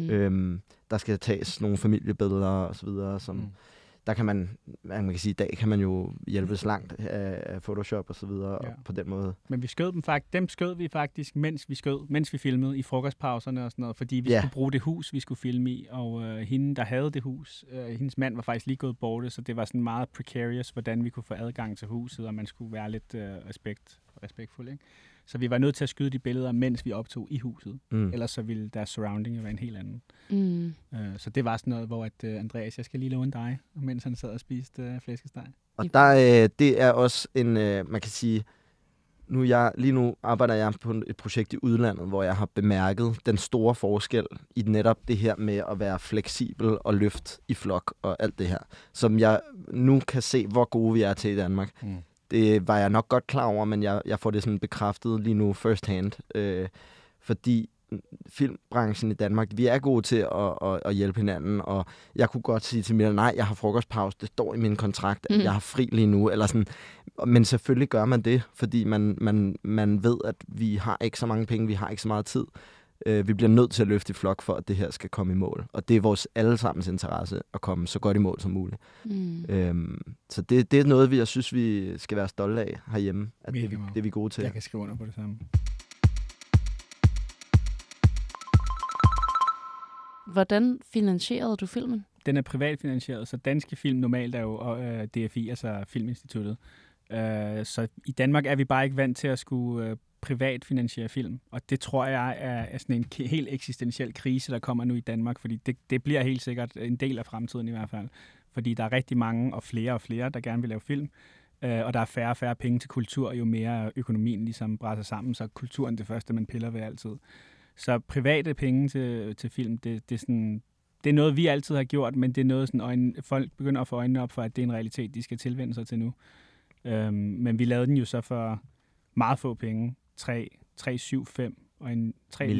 Der skal tages nogle familiebilleder og så videre, som der kan man kan sige, i dag kan man jo hjælpes langt af Photoshop og så videre, og på den måde. Men vi skød dem skød vi faktisk, mens vi filmede i frokostpauserne og sådan noget, fordi vi skulle bruge det hus, vi skulle filme i, og hende, der havde det hus, hendes mand var faktisk lige gået borte, så det var sådan meget precarious, hvordan vi kunne få adgang til huset, og man skulle være lidt respektfuld, ikke? Så vi var nødt til at skyde de billeder, mens vi optog i huset. Ellers så ville deres surrounding være en helt anden. Så det var sådan noget, hvor Andreas, jeg skal lige låne dig, mens han sad og spiste flæskesteg. Og det er også en, man kan sige, lige nu arbejder jeg på et projekt i udlandet, hvor jeg har bemærket den store forskel i netop det her med at være fleksibel og løft i flok og alt det her, som jeg nu kan se, hvor gode vi er til i Danmark. Det var jeg nok godt klar over, men jeg får det sådan bekræftet lige nu first hand. Fordi filmbranchen i Danmark, vi er gode til at hjælpe hinanden, og jeg kunne godt sige til Mille, nej, jeg har frokostpause, det står i min kontrakt, at jeg har fri lige nu, eller sådan. Men selvfølgelig gør man det, fordi man ved, at vi har ikke så mange penge, vi har ikke så meget tid. Vi bliver nødt til at løfte i flok for, at det her skal komme i mål. Og det er vores allesammens interesse at komme så godt i mål som muligt. Så det er noget, jeg synes, vi skal være stolte af herhjemme. At det er vi gode til. Jeg kan skrive under på det samme. Hvordan finansierede du filmen? Den er privatfinansieret, så danske film normalt er jo DFI, altså Filminstituttet. Så i Danmark er vi bare ikke vant til at skulle privatfinansiere film. Og det tror jeg er sådan en helt eksistentiel krise, der kommer nu i Danmark, fordi det bliver helt sikkert en del af fremtiden i hvert fald. Fordi der er rigtig mange og flere, der gerne vil lave film. Og der er færre og færre penge til kultur, jo mere økonomien ligesom brænder sammen, så kulturen det første, man piller ved altid. Så private penge til film, det er noget, vi altid har gjort, men det er noget, sådan folk begynder at få øjnene op for, at det er en realitet, de skal tilvende sig til nu. Men vi lavede den jo så for meget få penge, 3,75 og en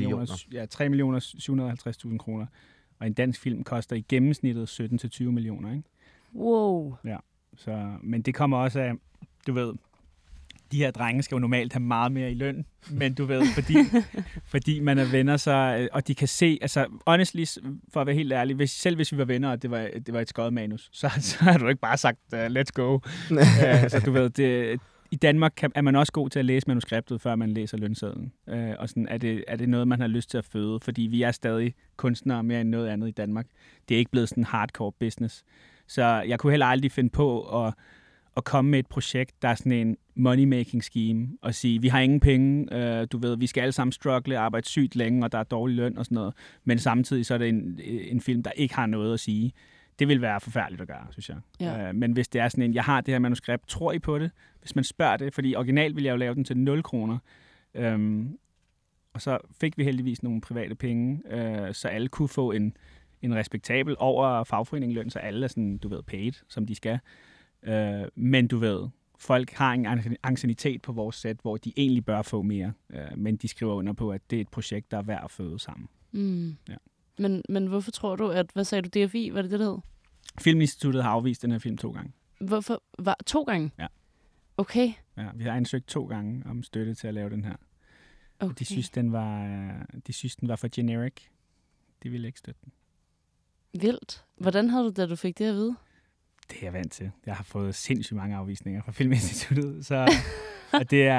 3.750.000 kroner. Og en dansk film koster i gennemsnittet 17-20 millioner, ikke? Wow. Ja, men det kommer også af, du ved, de her drenge skal jo normalt have meget mere i løn, men du ved, fordi man er venner, så, og de kan se, altså honestly, for at være helt ærlig, selv hvis vi var venner, og det var et skåret manus, så har du ikke bare sagt, let's go. Så du ved, i Danmark er man også god til at læse manuskriptet, før man læser lønsedlen. Og sådan er det noget, man har lyst til at føde, fordi vi er stadig kunstnere mere end noget andet i Danmark. Det er ikke blevet sådan en hardcore business. Så jeg kunne heller aldrig finde på at komme med et projekt, der er sådan en money-making scheme, og sige, vi har ingen penge, du ved, vi skal alle sammen struggle, arbejde sygt længe, og der er dårlig løn og sådan noget, men samtidig så er det en film, der ikke har noget at sige. Det vil være forfærdeligt at gøre, synes jeg. Ja. Men hvis det er sådan en, jeg har det her manuskript, tror I på det? Hvis man spørger det, fordi originalt ville jeg jo lave den til 0 kroner, og så fik vi heldigvis nogle private penge, så alle kunne få en respektabel over fagforeningløn, så alle er sådan, du ved, paid, som de skal. Men du ved, folk har en anciennitet på vores sæt, hvor de egentlig bør få mere, men de skriver under på, at det er et projekt, der er værd at føde sammen. Ja. Men hvorfor tror du, at, hvad sagde du, DFI, var det det hed? Filminstituttet har afvist den her film 2 gange. Hvorfor? 2 gange? Ja. Okay. Ja, vi har ansøgt 2 gange om støtte til at lave den her. Okay. De synes, den var for generic. De ville ikke støtte den. Vildt. Hvordan havde du, da du fik det at vide? Det er jeg vant til. Jeg har fået sindssygt mange afvisninger fra Filminstituttet, så og det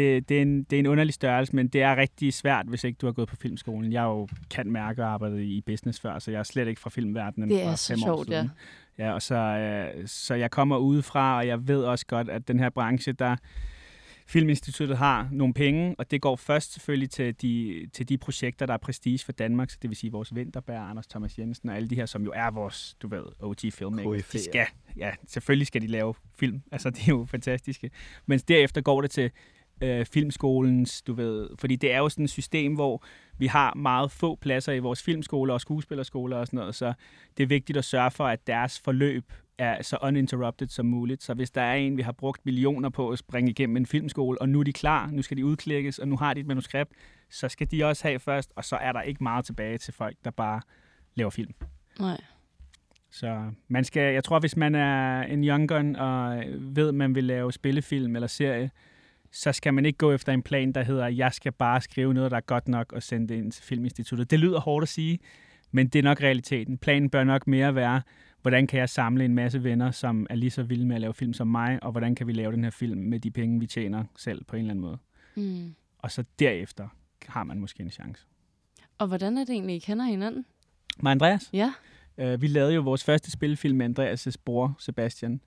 er en underlig størrelse, men det er rigtig svært, hvis ikke du har gået på filmskolen. Jeg jo kan mærke og arbejdet i business før, så jeg er slet ikke fra filmverdenen det er for så 5 år sjovt, siden. Ja, og så jeg kommer udefra, og jeg ved også godt, at den her branche, der Filminstituttet har nogle penge, og det går først selvfølgelig til de projekter, der er prestige for Danmark, så det vil sige vores Vinterberg, Anders Thomas Jensen og alle de her, som jo er vores, du ved, OG filmmakers. De skal, ja, selvfølgelig skal de lave film, altså det er jo fantastiske. Men derefter går det til filmskolens, du ved, fordi det er jo sådan et system, hvor vi har meget få pladser i vores filmskoler og skuespillerskoler og sådan noget, så det er vigtigt at sørge for, at deres forløb er så uninterrupted som muligt. Så hvis der er en, vi har brugt millioner på at springe igennem en filmskole, og nu er de klar, nu skal de udklikkes, og nu har de et manuskript, så skal de også have først, og så er der ikke meget tilbage til folk, der bare laver film. Nej. Så jeg tror, hvis man er en young gun og ved, at man vil lave spillefilm eller serie, så skal man ikke gå efter en plan, der hedder, jeg skal bare skrive noget, der er godt nok, og sende det ind til Filminstituttet. Det lyder hårdt at sige, men det er nok realiteten. Planen bør nok mere være, hvordan kan jeg samle en masse venner, som er lige så vilde med at lave film som mig, og hvordan kan vi lave den her film med de penge, vi tjener selv på en eller anden måde. Mm. Og så derefter har man måske en chance. Og hvordan er det egentlig, I kender hinanden? Med Andreas? Ja. Vi lavede jo vores første spillefilm med Andreas' bror, Sebastian.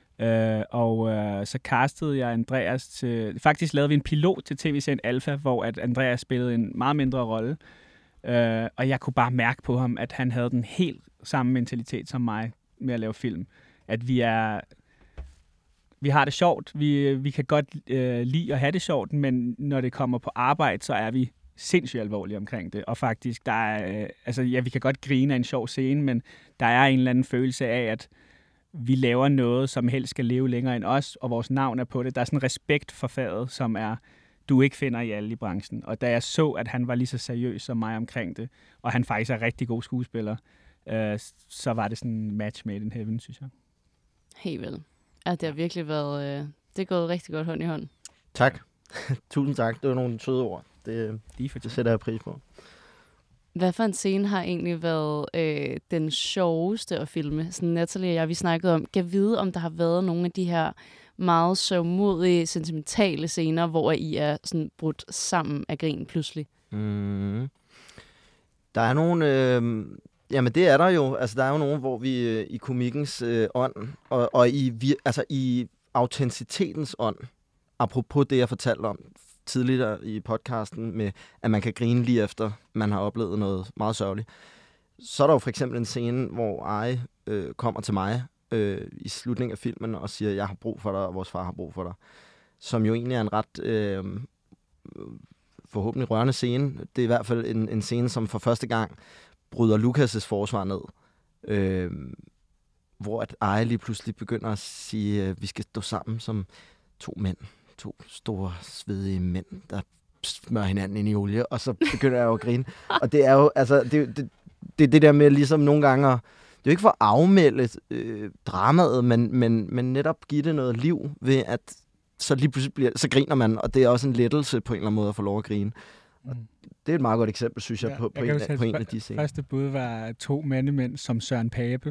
Så castede jeg Andreas til... Faktisk lavede vi en pilot til tv-serien Alpha, hvor at Andreas spillede en meget mindre rolle. Og jeg kunne bare mærke på ham, at han havde den helt samme mentalitet som mig med at lave film. At vi har det sjovt. Vi kan godt lide at have det sjovt, men når det kommer på arbejde, så er vi sindssygt alvorlige omkring det. Og faktisk, der er, vi kan godt grine af en sjov scene, men der er en eller anden følelse af, at vi laver noget, som helst skal leve længere end os, og vores navn er på det. Der er sådan en respekt for faget, som du ikke finder i alle i branchen. Og da jeg så, at han var lige så seriøs som mig omkring det, og han faktisk er rigtig god skuespiller, så var det sådan en match made in heaven, synes jeg. Helt vel. Ja, det har virkelig været... det er gået rigtig godt hånd i hånd. Tak. Tusind tak. Det var nogle søde ord. Det sætter jeg pris på. Hvad for en scene har egentlig været den sjoveste at filme? Sådan Natalie og jeg, vi snakkede om, kan vide, om der har været nogle af de her meget sørgmodige, sentimentale scener, hvor I er sådan brudt sammen af grin pludselig. Der er nogle... jamen, det er der jo. Altså, der er jo nogle, hvor vi i komikkens ånd, og i autenticitetens ånd, apropos det, jeg fortalte om tidligere i podcasten, med at man kan grine lige efter, man har oplevet noget meget sørgeligt. Så er der jo for eksempel en scene, hvor Ari kommer til mig i slutningen af filmen og siger, jeg har brug for dig, og vores far har brug for dig. Som jo egentlig er en ret forhåbentlig rørende scene. Det er i hvert fald en scene, som for første gang bryder Lukas' forsvar ned. Hvor at Ari lige pludselig begynder at sige, at vi skal stå sammen som to mænd. To store, svedige mænd, der smører hinanden ind i olie, og så begynder jeg jo at grine. Og det er jo, altså, det er det der med ligesom nogle gange, det er jo ikke for at afmelde dramaet, men netop give det noget liv ved, at så lige pludselig så griner man, og det er også en lettelse på en eller anden måde at få lov at grine. Og det er et meget godt eksempel, synes jeg, på en af de scener. Første bud var 2 mandemænd som Søren Pape.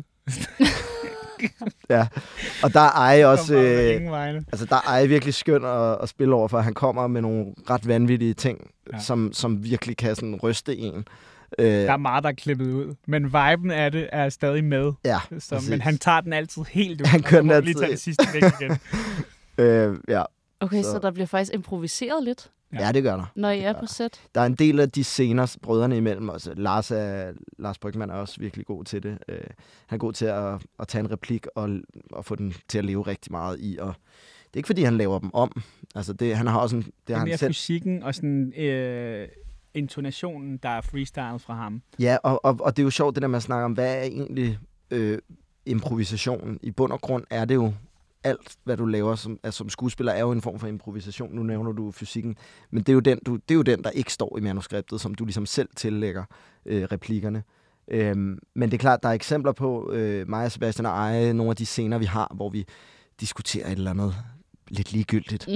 Ja, og der er Ej også, altså der er Ej virkelig skøn at spille over, for han kommer med nogle ret vanvittige ting, som virkelig kan sådan ryste en. Der er meget, der er klippet ud, men viben af det er stadig med. Ja, men han tager den altid helt ud, han kører den altid. Lige tage det sidste væk igen. Ja. Okay, så der bliver faktisk improviseret lidt? Ja, det gør der. Når I er på set? Der er en del af de scener, brødrene imellem. Altså, Lars Brygmann er også virkelig god til det. Han er god til at tage en replik og få den til at leve rigtig meget i. Og det er ikke, fordi han laver dem om. Altså, han har også en... Det er mere fysikken og sådan... intonationen, der er freestyle fra ham. Ja, og det er jo sjovt, det der med at snakke om, hvad er egentlig improvisation? I bund og grund er det jo alt, hvad du laver som skuespiller, er jo en form for improvisation. Nu nævner du fysikken, men det er jo den, der ikke står i manuskriptet, som du ligesom selv tillægger replikkerne. Men det er klart, der er eksempler på mig og Sebastian og Ej, nogle af de scener, vi har, hvor vi diskuterer et eller andet lidt ligegyldigt.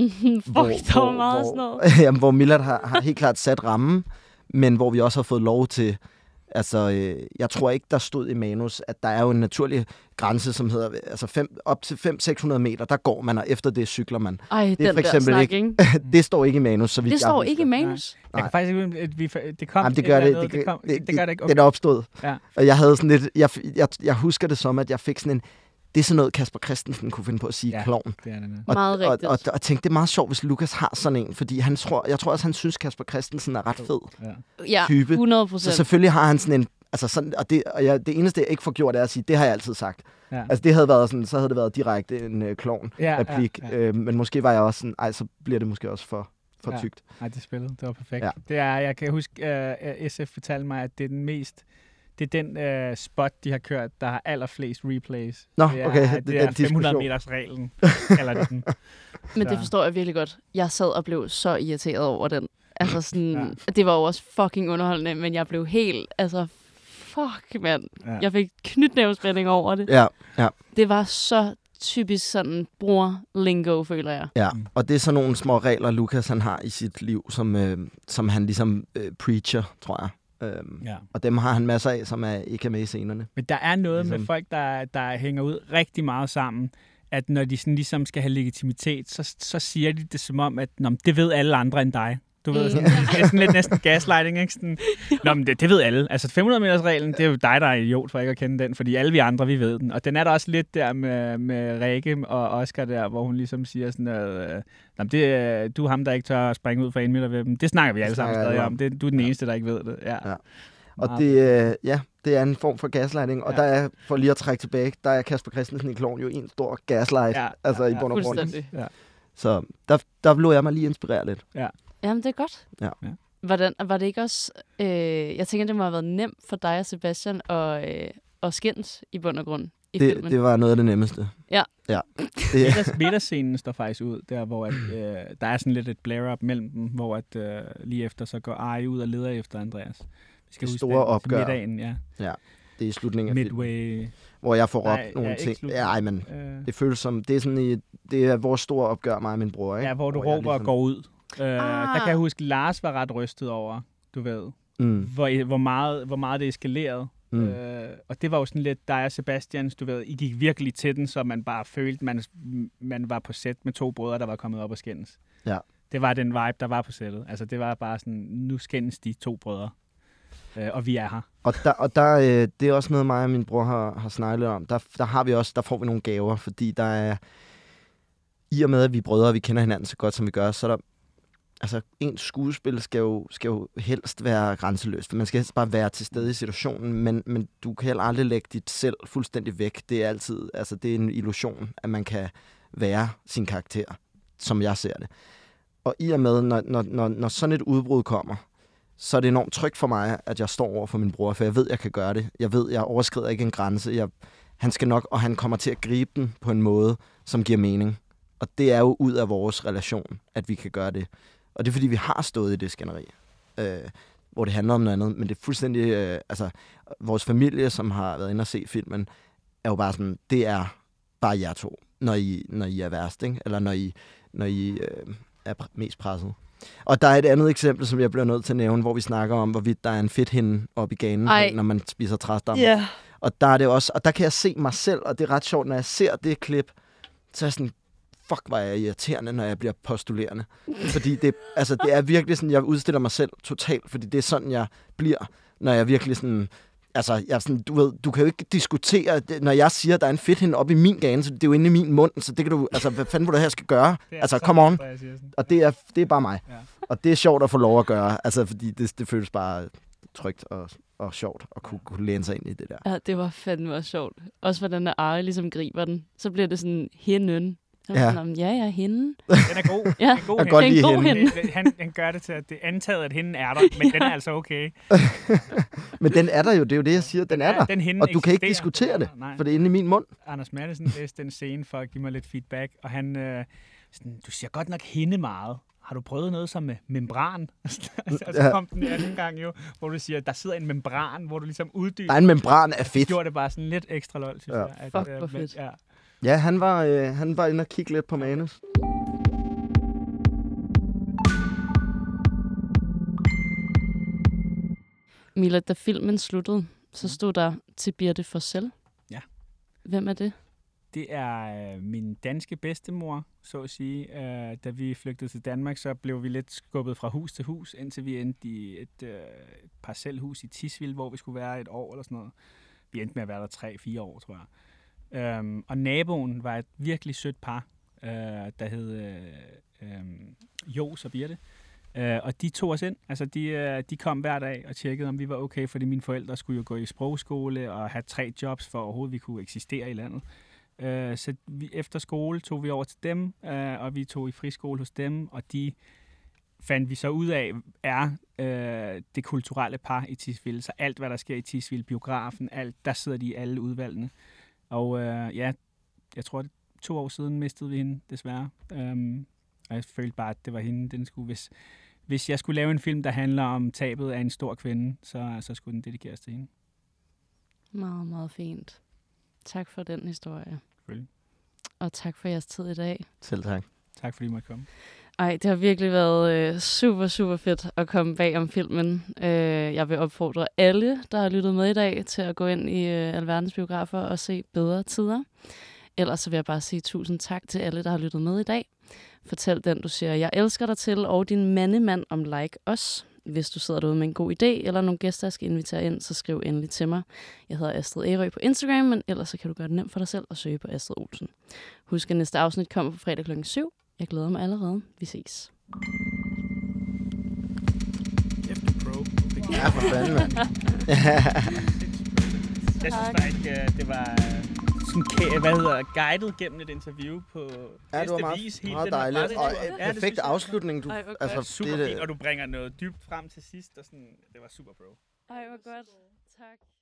Hvor Millard har helt klart sat rammen, men hvor vi også har fået lov til... Altså, jeg tror ikke, der stod i manus, at der er jo en naturlig grænse, som hedder altså op til 500-600 meter, der går man, og efter det cykler man. Ej, det er for eksempel ikke. Det står ikke i manus, så vidt det står ikke i manus? Nej. Jeg kan faktisk ikke, det kom. Jamen, det gør det. Det gør det ikke. Okay. Det er opstået. Ja. Og jeg havde sådan lidt, jeg husker det som, at jeg fik sådan en, det er sådan noget, Kasper Christensen kunne finde på at sige, klovn. Det er det. Meget rigtigt. Og tænkte, det er meget sjovt, hvis Lukas har sådan en, fordi jeg tror også, han synes, Kasper Christensen er ret fed type. 100%. Så selvfølgelig har han sådan en, altså sådan, det eneste, jeg ikke får gjort, er at sige, det har jeg altid sagt. Ja. Altså det havde været sådan, så havde det været direkte en klovn-replik. Ja. Men måske var jeg også sådan, så bliver det måske også for tykt. Nej, det spillede. Det var perfekt. Ja. Jeg kan huske, SF fortalte mig, at det er den mest... Det er den spot, de har kørt, der har allerflest replays. Nå, okay. Det er 500-meters-reglen, kalder det den. Men det forstår jeg virkelig godt. Jeg sad og blev så irriteret over den. Altså sådan, det var jo også fucking underholdende, men jeg blev helt, fuck, mand. Ja. Jeg fik knytnævespænding over det. Ja. Det var så typisk sådan bror-lingo, føler jeg. Ja, og det er sådan nogle små regler, Lukas han har i sit liv, som han ligesom preacher, tror jeg. Og dem har han masser af, som ikke er med i scenerne. Men der er noget med folk, der hænger ud rigtig meget sammen, at når de sådan ligesom skal have legitimitet, så siger de det som om, at det ved alle andre end dig. Du ved, sådan, det er sådan lidt næsten gaslighting, ikke? Sådan, men det ved alle. Altså 500-meters-reglen, det er jo dig, der er idiot for ikke at kende den, fordi alle vi andre, vi ved den. Og den er der også lidt der med Rikke og Oscar der, hvor hun ligesom siger sådan, du er ham, der ikke tør at springe ud for 1 meter ved dem. Det snakker vi alle sammen stadig om. Du er den eneste, der ikke ved det. Ja. Og det er en form for gaslighting. Og der er, for lige at trække tilbage, der er Kasper Christensen i Klovn jo en stor gaslight. I bund og grund. Ja. Så der lå jeg mig lige inspirere lidt. Ja. Jamen, det er godt. Ja. Hvordan, var det ikke også... jeg tænker, det må have været nemt for dig og Sebastian at skændes i bund og grund i filmen. Det var noget af det nemmeste. Ja. Midterscenen står faktisk ud, der hvor der er sådan lidt et blare-up mellem dem, hvor at, lige efter så går Ari ud og leder efter Andreas. Vi skal huske store opgør. Middagen, ja. Det er i slutningen af filmen. Hvor jeg får råbt nogle ting. Men det føles som... Det er sådan det er vores store opgør, mig og min bror, ikke? Ja, hvor du råber og går ud. Der kan jeg huske, Lars var ret rystet over, du ved. hvor meget det eskalerede. Og det var jo sådan lidt dig og Sebastian, du ved, I gik virkelig til den, så man bare følte, man var på sæt med 2 brødre, der var kommet op og skændes. Ja. Det var den vibe, der var på sættet. Altså det var bare sådan, nu skændes de 2 brødre, og vi er her. Og der det er også noget, mig og min bror har snakket om. Der får vi nogle gaver, fordi der er, i og med at vi er brødre, og vi kender hinanden så godt, som vi gør, så er der, altså ens skuespil skal jo helst være grænseløst, for man skal helst bare være til stede i situationen, men du kan heller aldrig lægge dit selv fuldstændig væk. Det er altid, altså det er en illusion, at man kan være sin karakter, som jeg ser det. Og i og med, når sådan et udbrud kommer, så er det enormt trygt for mig, at jeg står over for min bror, for jeg ved, jeg kan gøre det. Jeg ved, jeg overskrider ikke en grænse. Han skal nok, og han kommer til at gribe den på en måde, som giver mening. Og det er jo ud af vores relation, at vi kan gøre det. Og det er, fordi vi har stået i det skænderi, hvor det handler om noget andet. Men det er fuldstændig, altså, vores familie, som har været inde og se filmen, er jo bare sådan, det er bare jer 2, når I er værst, ikke? Eller når I er mest presset. Og der er et andet eksempel, som jeg bliver nødt til at nævne, hvor vi snakker om, hvorvidt der er en fedthinde oppe i ganen, når man spiser træstammer. Yeah. Og der er det også, og der kan jeg se mig selv, og det er ret sjovt, når jeg ser det klip, så er jeg sådan, fuck, hvor er jeg irriterende, når jeg bliver postulerende. Fordi det er virkelig sådan, jeg udstiller mig selv totalt, fordi det er sådan, jeg bliver, når jeg virkelig sådan... Altså, jeg er sådan, du ved, du kan jo ikke diskutere, når jeg siger, at der er en fedthinde oppe i min gane, så det er jo inde i min mund, så det kan du, altså, hvad fanden vil du her skal gøre? Altså, come on. Og det er bare mig. Ja. Og det er sjovt at få lov at gøre, altså, fordi det føles bare trygt og sjovt at kunne læne sig ind i det der. Ja, det var fandme også sjovt. Også hvordan der Ari ligesom griber den, så bliver det sådan hinden. Ja, hende. Den er god. Ja, den er god hende. Han gør det til, at det er antaget, at hende er der, men den er altså okay. Men den er der jo, det er jo det, jeg siger, den er der. Den og du kan ikke diskutere det, for det er inde i min mund. Anders Madsen læste den scene for at give mig lidt feedback, og han, sådan, du siger godt nok hende meget. Har du prøvet noget som med membran? Og så kom den anden gang jo, hvor du siger, der sidder en membran, hvor du ligesom uddyber. Der er en membran af fedt. Det gjorde det bare sådan lidt ekstra lol, synes jeg. Fuck, hvor fedt. Ja, han var inde og kigge lidt på manus. Mila, da filmen sluttede, så stod der til Birte Forsell. Ja. Hvem er det? Det er min danske bedstemor, så at sige. Da vi flygtede til Danmark, så blev vi lidt skubbet fra hus til hus, indtil vi endte i et parcelhus i Tisvilde, hvor vi skulle være 1 år eller sådan noget. Vi endte med at være der 3-4 år, tror jeg. Og naboen var et virkelig sødt par, der hed Jos og Birte. Og de tog os ind. Altså, de kom hver dag og tjekkede, om vi var okay, fordi mine forældre skulle jo gå i sprogskole og have 3 jobs, for overhovedet vi kunne eksistere i landet. Så efter skole tog vi over til dem, og vi tog i friskole hos dem, og de fandt vi så ud af, er det kulturelle par i Tisvilde. Så alt, hvad der sker i Tisvilde, biografen, alt, der sidder de i alle udvalgene. Og jeg tror, det 2 år siden mistede vi hende, desværre. Og jeg følte bare, at det var hende, den skulle... Hvis jeg skulle lave en film, der handler om tabet af en stor kvinde, så skulle den dedikeres til hende. Meget, meget fint. Tak for den historie. Selvfølgelig. Og tak for jeres tid i dag. Selv tak. Tak fordi I måtte komme. Ej, det har virkelig været super, super fedt at komme bag om filmen. Jeg vil opfordre alle, der har lyttet med i dag, til at gå ind i alverdens biografer og se Bedre Tider. Ellers så vil jeg bare sige tusind tak til alle, der har lyttet med i dag. Fortæl den, du siger, jeg elsker dig til, og din mandemand om like os. Hvis du sidder derude med en god idé, eller nogle gæster, jeg skal invitere ind, så skriv endelig til mig. Jeg hedder Astrid Ærø på Instagram, men ellers så kan du gøre det nemt for dig selv at søge på Astrid Olsen. Husk, at næste afsnit kommer på fredag kl. 7. Jeg glæder mig allerede. Vi ses. Ja, for fanden, mand. Jeg synes bare ikke, det var sådan, guidet gennem et interview på det var vis. Meget dejligt. Og perfekt afslutning. Du, altså, super fint, og du bringer noget dybt frem til sidst. Og sådan, det var super, bro. Ej, hvor godt. Tak.